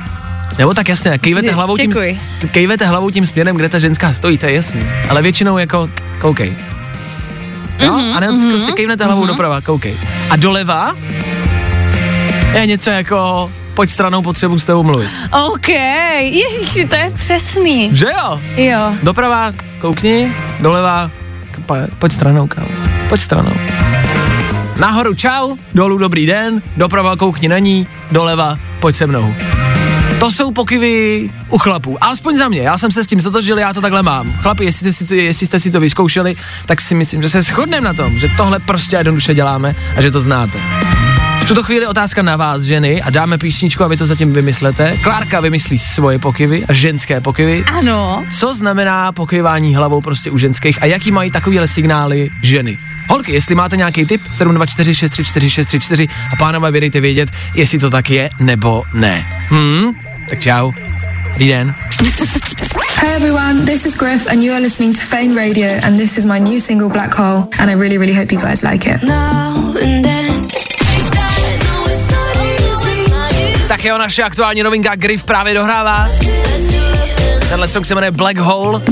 C: Nebo tak jasně, kejvete hlavou tím směrem, kde ta ženská stojí, to je jasný. Ale většinou jako, koukej. No, a ne, prostě kejvnete hlavou doprava, koukej. A doleva je něco jako, pojď stranou, potřebuji s tebou mluvit.
E: OK, ježiši, to je přesný.
C: Že jo?
E: Jo.
C: Doprava, koukni, doleva, pojď stranou, kámo, pojď stranou. Nahoru čau, dolů dobrý den, doprava koukni na ní, doleva, pojď se mnou. To jsou pokyvy u chlapů, alespoň za mě, já jsem se s tím zatožil, já to takhle mám. Chlapi, jestli jste si to vyzkoušeli, tak si myslím, že se shodneme na tom, že tohle prostě jednoduše děláme a že to znáte. V tuto chvíli otázka na vás, ženy, a dáme písničku a vy to zatím vymyslete. Klárka vymyslí svoje pokyvy a ženské pokyvy.
E: Ano.
C: Co znamená pokyvání hlavou prostě u ženských a jaký mají takovýhle signály ženy? Holky, jestli máte nějaký tip, 724 634 634 a pánové, vydejte vědět, jestli to tak je nebo ne. Tak čau. Dobrý den.
G: Hey everyone, this is Griff and you are listening to Fame Radio and this is my new single Black Hole and I really, really hope you guys like it.
C: Tak jo, naše aktuální novinka Griff právě dohrává. Tenhle song se jmenuje Black Hole.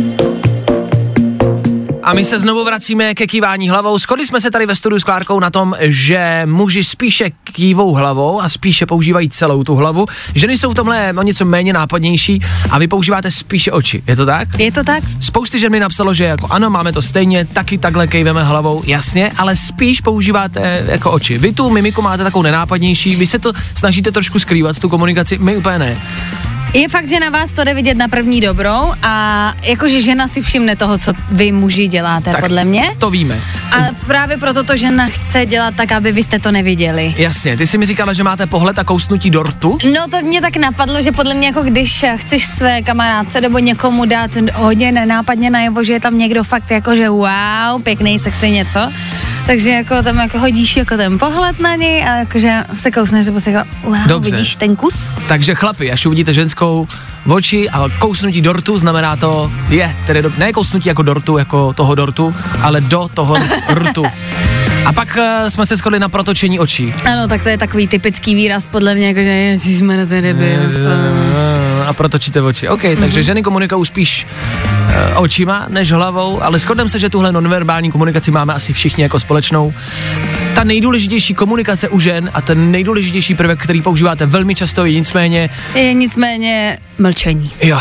C: A my se znovu vracíme ke kývání hlavou. Shodli jsme se tady ve studiu s Klárkou na tom, že muži spíše kývou hlavou a spíše používají celou tu hlavu. Ženy jsou v tomhle o něco méně nápadnější a vy používáte spíše oči. Je to tak?
E: Je to tak.
C: Spousty žen mi napsalo, že jako ano, máme to stejně, taky takhle kejveme hlavou, jasně, ale spíš používáte jako oči. Vy tu mimiku máte takovou nenápadnější, vy se to snažíte trošku skrývat, tu komunikaci, my úplně ne.
E: Je fakt, že na vás to jde vidět na první dobrou a jakože žena si všimne toho, co vy muži děláte, tak podle mě.
C: To víme.
E: A právě proto to žena chce dělat tak, aby vy jste to neviděli.
C: Jasně, ty jsi mi říkala, že máte pohled a kousnutí dortu?
E: No to mě tak napadlo, že podle mě jako když chceš své kamarádce nebo někomu dát hodně nenápadně najevo, že je tam někdo fakt jako, že wow, pěkný, sexy něco, takže jako tam jako hodíš jako ten pohled na něj a jakože se kousneš, nebo se jako wow, dobře. Vidíš ten kus.
C: Takže chlapi, až uvidíte ženskou v oči a kousnutí dortu, znamená to tedy ne kousnutí jako dortu, jako toho dortu, ale do toho rtu. A pak jsme se shodli na protočení očí.
E: Ano, tak to je takový typický výraz podle mě, jakože ježišmarja, to je debil.
C: A protočíte oči. OK, takže ženy komunikují spíš očima než hlavou, ale shodneme se, že tuhle nonverbální komunikaci máme asi všichni jako společnou. Ta nejdůležitější komunikace u žen a ten nejdůležitější prvek, který používáte velmi často, je nicméně mlčení. Jo.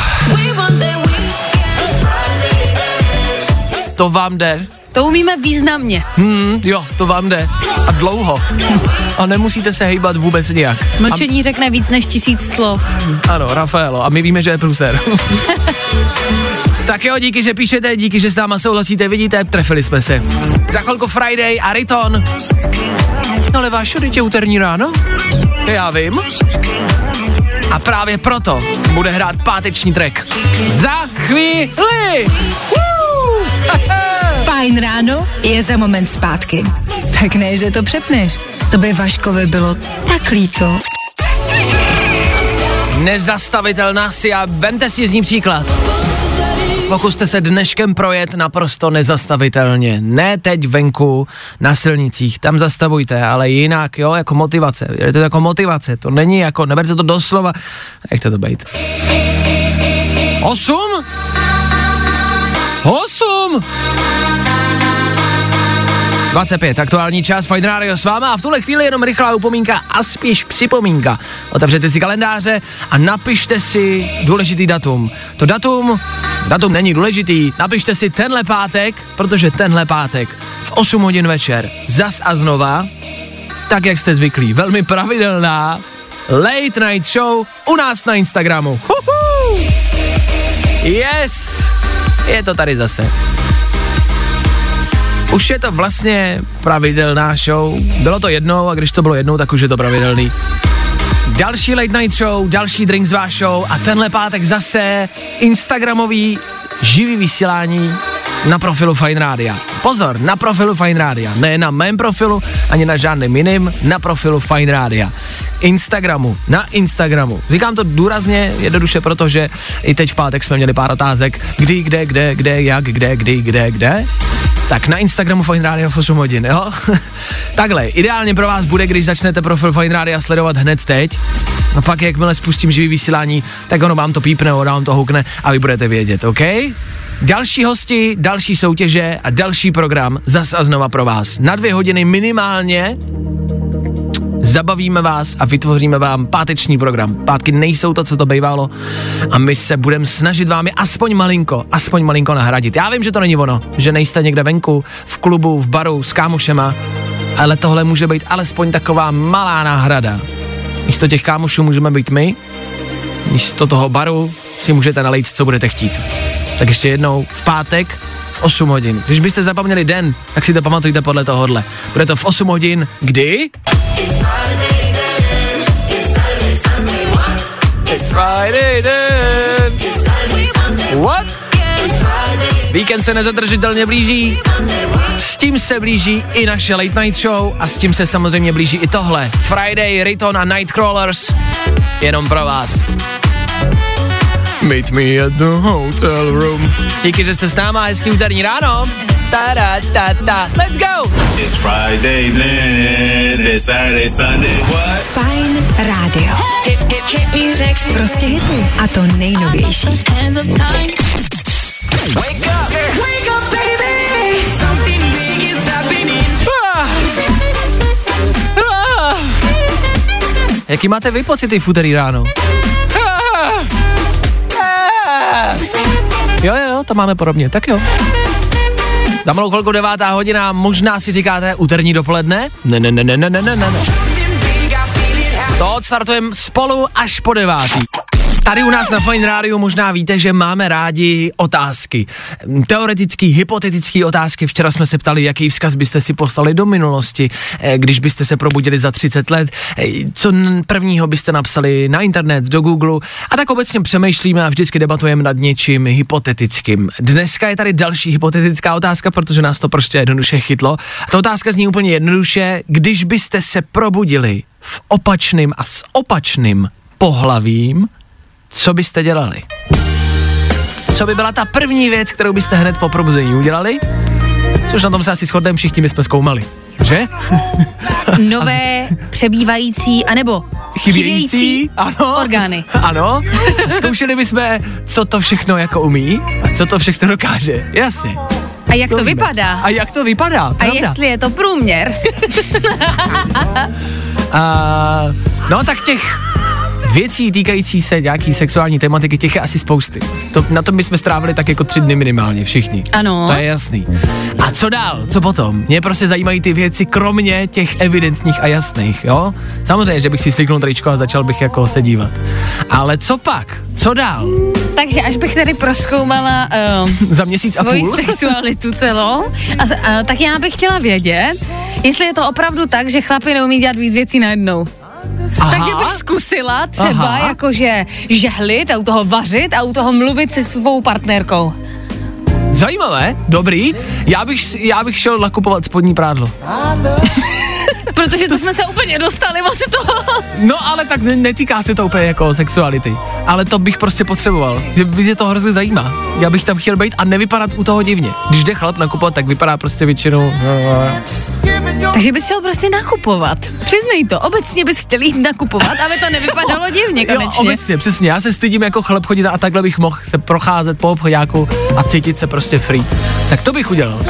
C: To vám jde?
E: To umíme významně.
C: Jo, to vám jde. A dlouho. A nemusíte se hejbat vůbec nijak.
E: Mlčení řekne víc než 1000 slov.
C: Ano, Rafaelo. A my víme, že je průser. Tak jo, díky, že píšete, díky, že s náma souhlasíte, vidíte, trefili jsme se. Za chvilku Friday a Riton. No ale váš je úterní ráno? Já vím. A právě proto bude hrát páteční track. Za chvíli!
A: Fajn ráno je za moment zpátky. Tak ne, že to přepneš. To by Vaškovi bylo tak líto.
C: Nezastavitelná Sia, vemte si z ní příklad. Pokuste se dneškem projet naprosto nezastavitelně. Ne teď venku na silnicích, tam zastavujte, ale jinak, jo, jako motivace. Je to jako motivace, to není jako, neberte to doslova. Nechte to bejt. 8? 25, aktuální čas, Fajn rádio s váma a v tuhle chvíli jenom rychlá upomínka a spíš připomínka. Otevřete si kalendáře a napište si důležitý datum. To datum není důležitý, napište si tenhle pátek, protože tenhle pátek v 8 hodin večer zas a znova, tak jak jste zvyklí, velmi pravidelná late night show u nás na Instagramu. Yes, je to tady zase. Už je to vlastně pravidelná show. Bylo to jednou a když to bylo jednou, tak už je to pravidelný. Další late night show, další drink z váš show a tenhle pátek zase instagramový živý vysílání na profilu Fajn rádia. Pozor, na profilu Fajn rádia. Ne na mém profilu, ani na žádném jiným, na profilu Fajn rádia. Na Instagramu. Říkám to důrazně, jednoduše, protože i teď v pátek jsme měli pár otázek. Kdy, kde, jak, kde. Tak na Instagramu Fajn Rádia v 8 hodin, jo? Takhle, ideálně pro vás bude, když začnete profil Fajn Rádia sledovat hned teď. A pak jakmile spustím živý vysílání, tak ono vám to pípne, ono vám to houkne a vy budete vědět, OK? Další hosti, další soutěže a další program zas a znova pro vás. Na 2 hodiny minimálně zabavíme vás a vytvoříme vám páteční program. Pátky nejsou to, co to bývalo a my se budeme snažit vám je aspoň malinko nahradit. Já vím, že to není ono, že nejste někde venku, v klubu, v baru, s kámošema, ale tohle může být alespoň taková malá náhrada. Místo těch kámošů můžeme být my, místo toho baru si můžete nalejt, co budete chtít. Tak ještě jednou, v pátek v 8 hodin. Když byste zapomněli den, tak si to pamatujte podle tohohle. Bude to v 8 hodin, kdy? It's Friday then. What? Víkend se nezadržitelně blíží, s tím se blíží i naše Late Night Show a s tím se samozřejmě blíží i tohle. Friday, Riton a Nightcrawlers, jenom pro vás. Meet me at the hotel room. Díky, že jste s náma, hezký úterní ráno. Ta-da-ta-ta. Let's go!
D: It's Friday then, it's Saturday, Sunday, what?
A: Fajn rádio. Prostě hity. A to nejnovější.
F: Wake up, baby. Something big is happening.
C: Jaký máte vy pocity v úterý ráno? Jo, to máme podobně, tak jo. Za malou chvilku 9. hodina, možná si říkáte úterní dopoledne? Ne. To odstartujeme spolu až po 9. Tady u nás na Fajn Rádiu možná víte, že máme rádi otázky. Teoretický, hypotetický otázky. Včera jsme se ptali, jaký vzkaz byste si poslali do minulosti, když byste se probudili za 30 let, co prvního byste napsali na internet, do Google. A tak obecně přemýšlíme a vždycky debatujeme nad něčím hypotetickým. Dneska je tady další hypotetická otázka, protože nás to prostě jednoduše chytlo. Ta otázka zní úplně jednoduše, když byste se probudili v opačným a s opačným pohlavím, co byste dělali? Co by byla ta první věc, kterou byste hned po probuzení udělali? Což na tom se asi shodneme, všichni bychom zkoumali, že?
E: Nové, přebývající, anebo chybějící orgány.
C: Ano, zkoušeli bychom, co to všechno jako umí a co to všechno dokáže, jasně.
E: A jak to vypadá?
C: A jak to vypadá, pravda.
E: A jestli je to průměr?
C: No tak těch věcí týkající se nějaký sexuální tematiky, těch je asi spousty. Na tom bychom strávili tak jako 3 dny minimálně, všichni.
E: Ano.
C: To je jasný. A co dál? Co potom? Mě prostě zajímají ty věci, kromě těch evidentních a jasných, jo? Samozřejmě, že bych si sliknul tričko a začal bych jako se dívat. Ale co pak? Co dál?
E: Takže až bych tady prozkoumala
C: za měsíc a
E: svoji
C: půl?
E: sexualitu celou, tak já bych chtěla vědět, jestli je to opravdu tak, že chlapi neumí dělat víc věcí najednou. Aha. Takže bych zkusila třeba jakože žehlit a u toho vařit a u toho mluvit se svou partnerkou.
C: Zajímavé, dobrý. Já bych šel nakupovat spodní prádlo.
E: Protože to jsme se úplně dostali od toho.
C: No ale tak netýká se to úplně jako sexuality. Ale to bych prostě potřeboval. Že mě to hrozně zajímá. Já bych tam chtěl být a nevypadat u toho divně. Když jde chlap nakupovat, tak vypadá prostě většinou.
E: Takže bys chtěl prostě nakupovat. Přiznej to, obecně bys chtěl jít nakupovat, aby to nevypadalo divně konečně.
C: Jo, obecně, přesně. Já se stydím jako chlap chodit a takhle bych mohl se procházet po obchodáku a cítit se prostě free. Tak to bych udělal.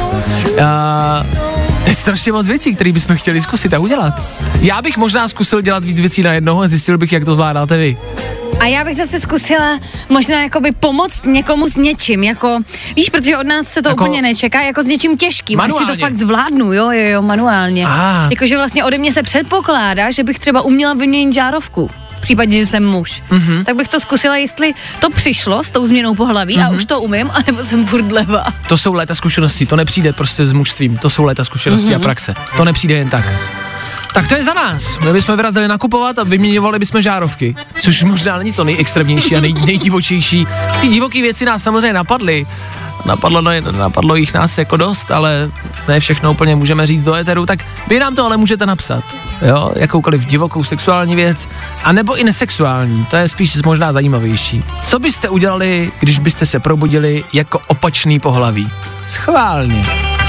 C: Je strašně moc věcí, které bychom chtěli zkusit a udělat. Já bych možná zkusil dělat víc věcí na jednoho a zjistil bych, jak to zvládáte vy.
E: A já bych zase zkusila možná jakoby pomoct někomu s něčím, jako, víš, protože od nás se to jako, úplně nečeká, jako s něčím těžkým, až si to fakt zvládnu, jo, manuálně. Jakože vlastně ode mě se předpokládá, že bych třeba uměla vyměnit žárovku. V případě, že jsem muž. Tak bych to zkusila, jestli to přišlo s tou změnou pohlaví a už to umím, anebo jsem furt leva.
C: To jsou léta zkušeností, to nepřijde prostě s mužstvím, to jsou léta zkušeností a praxe. To nepřijde jen tak. Tak to je za nás. My bychom vyrazili nakupovat a vyměňovali bychom žárovky. Což možná není to nejextrémnější a nejdivočejší. Ty divoký věci nás samozřejmě napadly. Napadlo jich nás jako dost, ale ne všechno úplně můžeme říct do éteru, tak vy nám to ale můžete napsat. Jo, jakoukoliv divokou sexuální věc, anebo i nesexuální, to je spíš možná zajímavější. Co byste udělali, když byste se probudili jako opačný pohlaví? Schválně.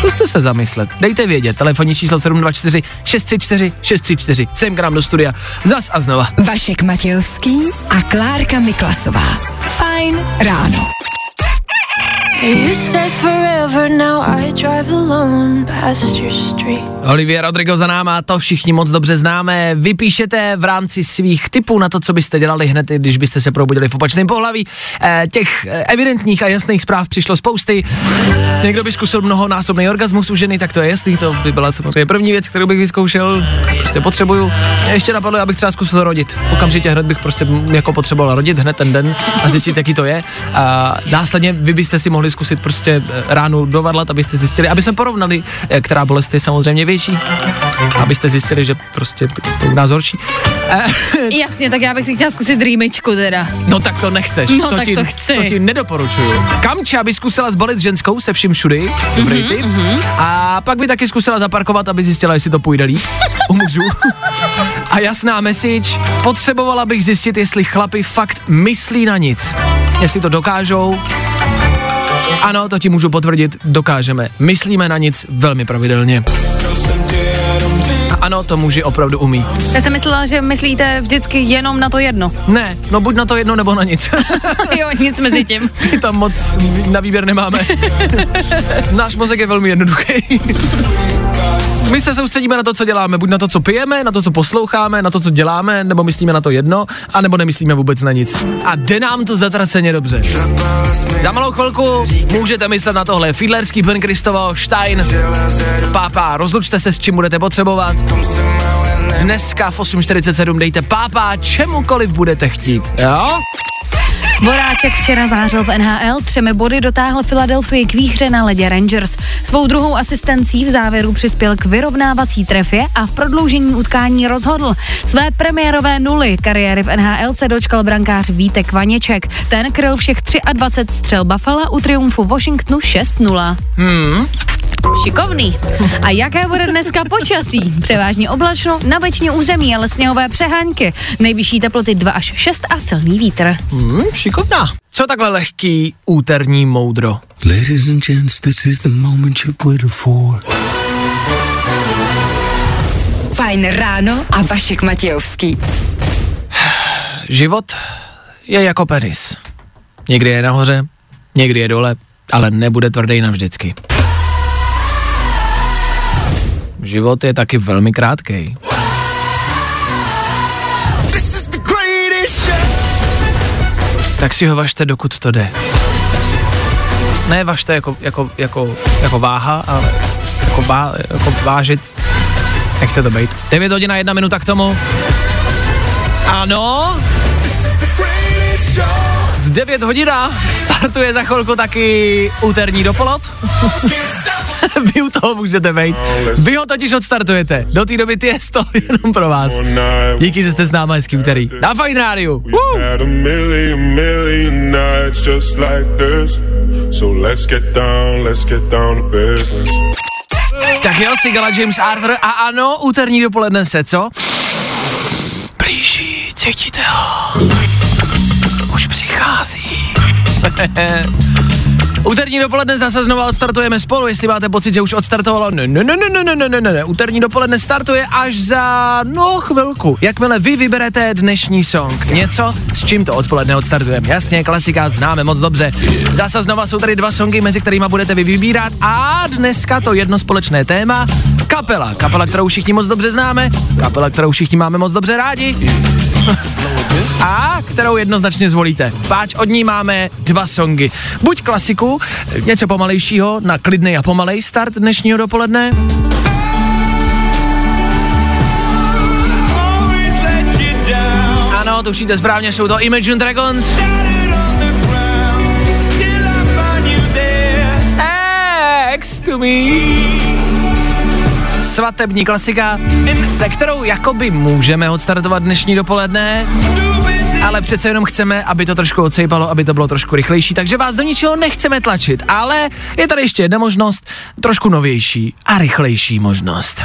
C: Zkuste se zamyslet. Dejte vědět. Telefonní číslo 724 634 634. Sem k nám do studia. Zas a znova.
A: Vašek Matějovský a Klárka Miklasová. Fajn ráno.
H: You said forever, now I drive alone past your street.
C: Olivia Rodrigo za náma, to všichni moc dobře známe. Vypíšete v rámci svých tipů na to, co byste dělali hned, když byste se probudili v opačném pohlaví. Těch evidentních a jasných zpráv přišlo spousty. Někdo by zkusil mnohonásobný orgasmus u ženy, tak to je jasný, to by byla samozřejmě první věc, kterou bych vyzkoušel. Prostě potřebuju. Ještě napadlo, abych třeba zkusil rodit. Okamžitě hned bych prostě jako potřeboval rodit hned ten den a zjistit, jaký to je. A následně vy byste si mohli zkusit prostě ránu dovadlat, abyste zjistili, aby jsme porovnali, která bolest je samozřejmě větší, abyste zjistili, že prostě to u nás horší.
E: Jasně, tak já bych si chtěla zkusit rýmičku teda.
C: No tak to nechceš.
E: No tak to chci.
C: To ti nedoporučuju. Kamča by zkusila zbalit ženskou se vším všudy, dobrý tip. A pak by taky zkusila zaparkovat, aby zjistila, jestli to půjde líp u mužů. A jasná message, potřebovala bych zjistit, jestli chlapi fakt myslí na nic. Jestli to dokážou. Ano, to ti můžu potvrdit, dokážeme. Myslíme na nic velmi pravidelně. A ano, to muži opravdu umí.
E: Já jsem myslela, že myslíte vždycky jenom na to jedno.
C: Ne, no buď na to jedno, nebo na nic.
E: Jo, nic mezi tím.
C: My tam moc na výběr nemáme. Náš mozek je velmi jednoduchý. My se soustředíme na to, co děláme, buď na to, co pijeme, na to, co posloucháme, na to, co děláme, nebo myslíme na to jedno, anebo nemyslíme vůbec na nic. A jde nám to zatraceně dobře. Za malou chvilku můžete myslet na tohle. Fiedlerský, Ben Kristovo, Stein, Pápa, rozlučte se, s čím budete potřebovat. Dneska v 8:47 dejte Pápa čemukoliv budete chtít, jo?
E: Voráček včera zářil v NHL, 3 body dotáhl Philadelphii k výhře na ledě Rangers. Svou druhou asistencí v závěru přispěl k vyrovnávací trefě a v prodloužení utkání rozhodl. Své premiérové nuly kariéry v NHL se dočkal brankář Vítek Vaněček. Ten kryl všech 23 střel Buffalo u triumfu Washingtonu 6-0. Šikovný. A jaké bude dneska počasí? Převážně oblačno, na většině území, ale sněhové přehánky. Nejvyšší teploty 2 až 6 a silný vítr.
C: Šikovná. Co takhle lehký úterní moudro?
B: Ladies and gents, this is the moment you've waited for.
A: Fajn ráno a Vašek Matějovský.
C: Život je jako penis. Někdy je nahoře, někdy je dole, ale nebude tvrdý navždycky. Život je taky velmi krátkej. Tak si ho važte, dokud to jde. Ne važte jako váha, ale jako vážit. Nechte to bejt. 9 hodin a 1 minuta k tomu. Ano. Z 9 hodina startuje za chvilku taky úterní Dopolot. Vy u toho můžete bejt. Vy ho totiž odstartujete. Do té doby je to jenom pro vás. Díky, že jste s náma hezký úterý. Na Fajn rádiu. Tak jo, Sigala, James Arthur a ano, úterní dopoledne se co? Blíží, cítíte ho. Už přichází. Úterní dopoledne zase znova odstartujeme spolu, jestli máte pocit, že už odstartovalo. Ne. Úterní dopoledne startuje až za chvilku. Jakmile vy vyberete dnešní song. Něco, s čím to odpoledne odstartujeme. Jasně, klasika, známe moc dobře. Zase znova jsou tady 2 songy, mezi kterými budete vy vybírat a dneska to jedno společné téma. Kapela, kterou všichni moc dobře známe, kapela, kterou všichni máme moc dobře rádi. A kterou jednoznačně zvolíte. Páč od ní máme 2 songy. Buď klasiku, něco pomalejšího, na klidnej a pomalej start dnešního dopoledne. Ano, tušíte správně, jsou to Imagine Dragons. Next to me. Svatební klasika, se kterou jakoby můžeme odstartovat dnešní dopoledne, ale přece jenom chceme, aby to trošku odsejpalo, aby to bylo trošku rychlejší, takže vás do ničeho nechceme tlačit, ale je tady ještě jedna možnost, trošku novější a rychlejší možnost.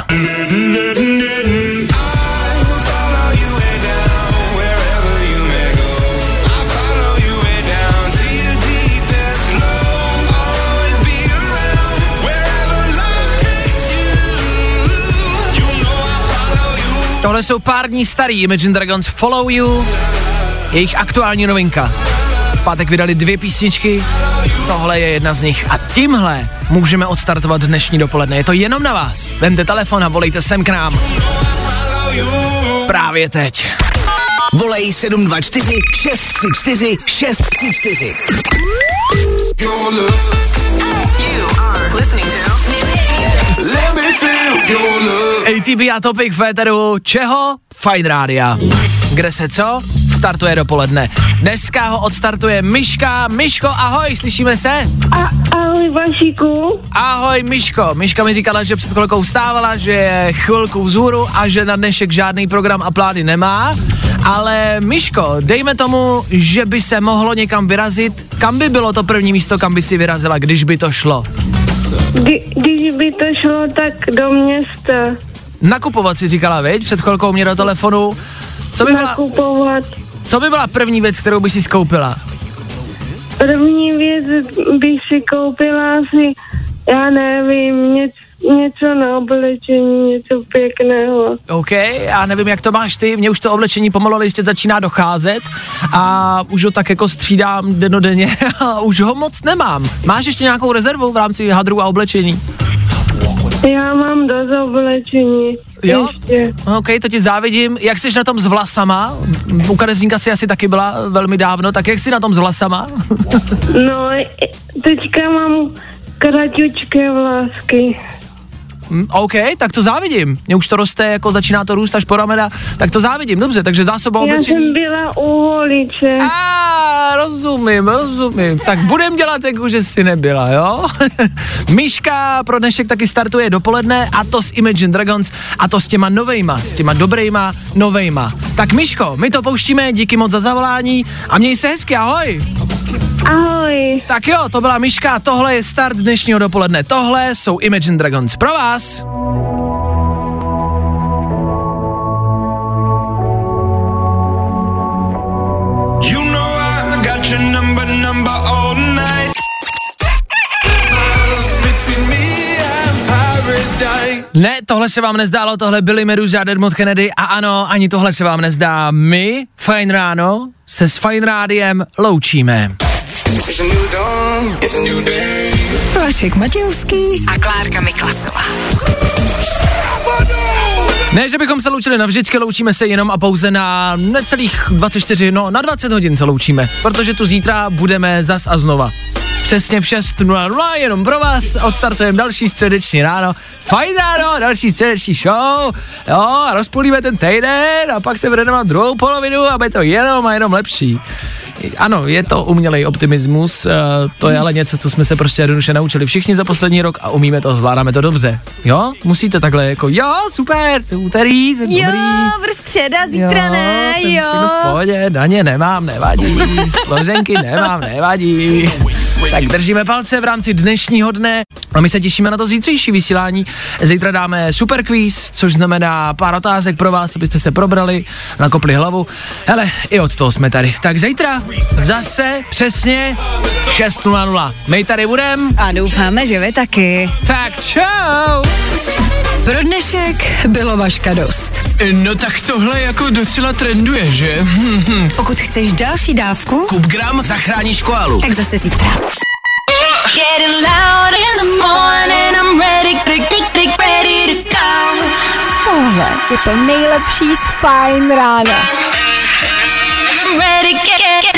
C: Tohle jsou pár dní starý Imagine Dragons Follow You, jejich aktuální novinka. V pátek vydali 2 písničky, tohle je jedna z nich a tímhle můžeme odstartovat dnešní dopoledne. Je to jenom na vás. Vemte telefon a volejte sem k nám. Právě teď.
B: Volej 724 634 634.
C: ATB a Topik v éteru čeho? Fajn rádia. Kde se co? Startuje dopoledne. Dneska ho odstartuje Miška. Miško, ahoj, slyšíme se?
I: Ahoj, Vašíku.
C: Ahoj, Miško. Miška mi říkala, že před chvilkou vstávala, že je chvilku vzhůru a že na dnešek žádný program a plány nemá. Ale Miško, dejme tomu, že by se mohlo někam vyrazit. Kam by bylo to první místo, kam by si vyrazila, když by to šlo?
I: Když by to šlo, tak do města.
C: Nakupovat si říkala, viď? Před chvilkou mě do telefonu. Co by byla první věc, kterou by si skoupila?
I: První věc bych si koupila asi, já nevím, něco na oblečení, něco pěkného.
C: OK, já nevím, jak to máš ty, mně už to oblečení pomalu ale ještě začíná docházet a už ho tak jako střídám dennodenně a už ho moc nemám. Máš ještě nějakou rezervu v rámci hadru a oblečení?
I: Já mám dost oblečení.
C: Jo?
I: Ještě.
C: OK, to ti závidím. Jak jsi na tom s vlasama? U kadeřníka si asi taky byla velmi dávno, tak jak jsi na tom s vlasama?
I: No, teďka mám kratučké vlásky.
C: OK, tak to závidím. Mně už to roste, jako začíná to růst až po ramena, tak to závidím, dobře, takže zásoba oblečení.
I: Já jsem byla u holiče.
C: Rozumím. Tak budem dělat, jako že jsi nebyla, jo? Miška pro dnešek taky startuje dopoledne a to s Imagine Dragons a to s těma novejma, s těma dobrejma novejma. Tak Miško, my to pouštíme, díky moc za zavolání a měj se hezky, ahoj.
I: Ahoj.
C: Tak jo, to byla Miška, tohle je start dnešního dopoledne, tohle jsou Imagine Dragons pro vás.
F: You know I got your number all night. Between me and paradise.
C: Ne, tohle se vám nezdálo, tohle byli Meduza a Dermot Kennedy a ano, ani tohle se vám nezdá. My, Fajn ráno, se s Fajn rádiem loučíme.
A: Vašek Matějovský a Klárka Miklasová.
C: Ne, že bychom se loučili navždycky, loučíme se jenom a pouze na necelých 24, na 20 hodin se loučíme, protože tu zítra budeme zas a znova. Přesně v 6:00, jenom pro vás, odstartujeme další středeční ráno, Fajn ráno, další středeční show, jo, a rozpůlíme ten týden a pak se budeme na druhou polovinu, aby to jenom lepší. Ano, je to umělej optimismus, to je ale něco, co jsme se prostě jednoduše naučili všichni za poslední rok a umíme to, zvládáme to dobře. Jo? Musíte takhle jako, jo, super, úterý, ten dobrý.
E: Jo, středa, zítra jo, ne, jo.
C: V pohodě, daně nemám, nevadí, složenky nemám, nevadí. Tak držíme palce v rámci dnešního dne a my se těšíme na to zítřejší vysílání. Zítra dáme super quiz, což znamená pár otázek pro vás, abyste se probrali, nakopli hlavu. Hele, i od toho jsme tady. Tak zítra zase přesně 6:00. My tady budem.
E: A doufáme, že vy taky.
C: Tak čau.
A: Pro dnešek bylo Vaška dost.
B: No tak tohle jako docela trenduje, že?
A: Pokud chceš další dávku,
B: Kup gram, zachráníš koalu.
A: tak zase zítra. Tohle je to nejlepší z Fajn rána.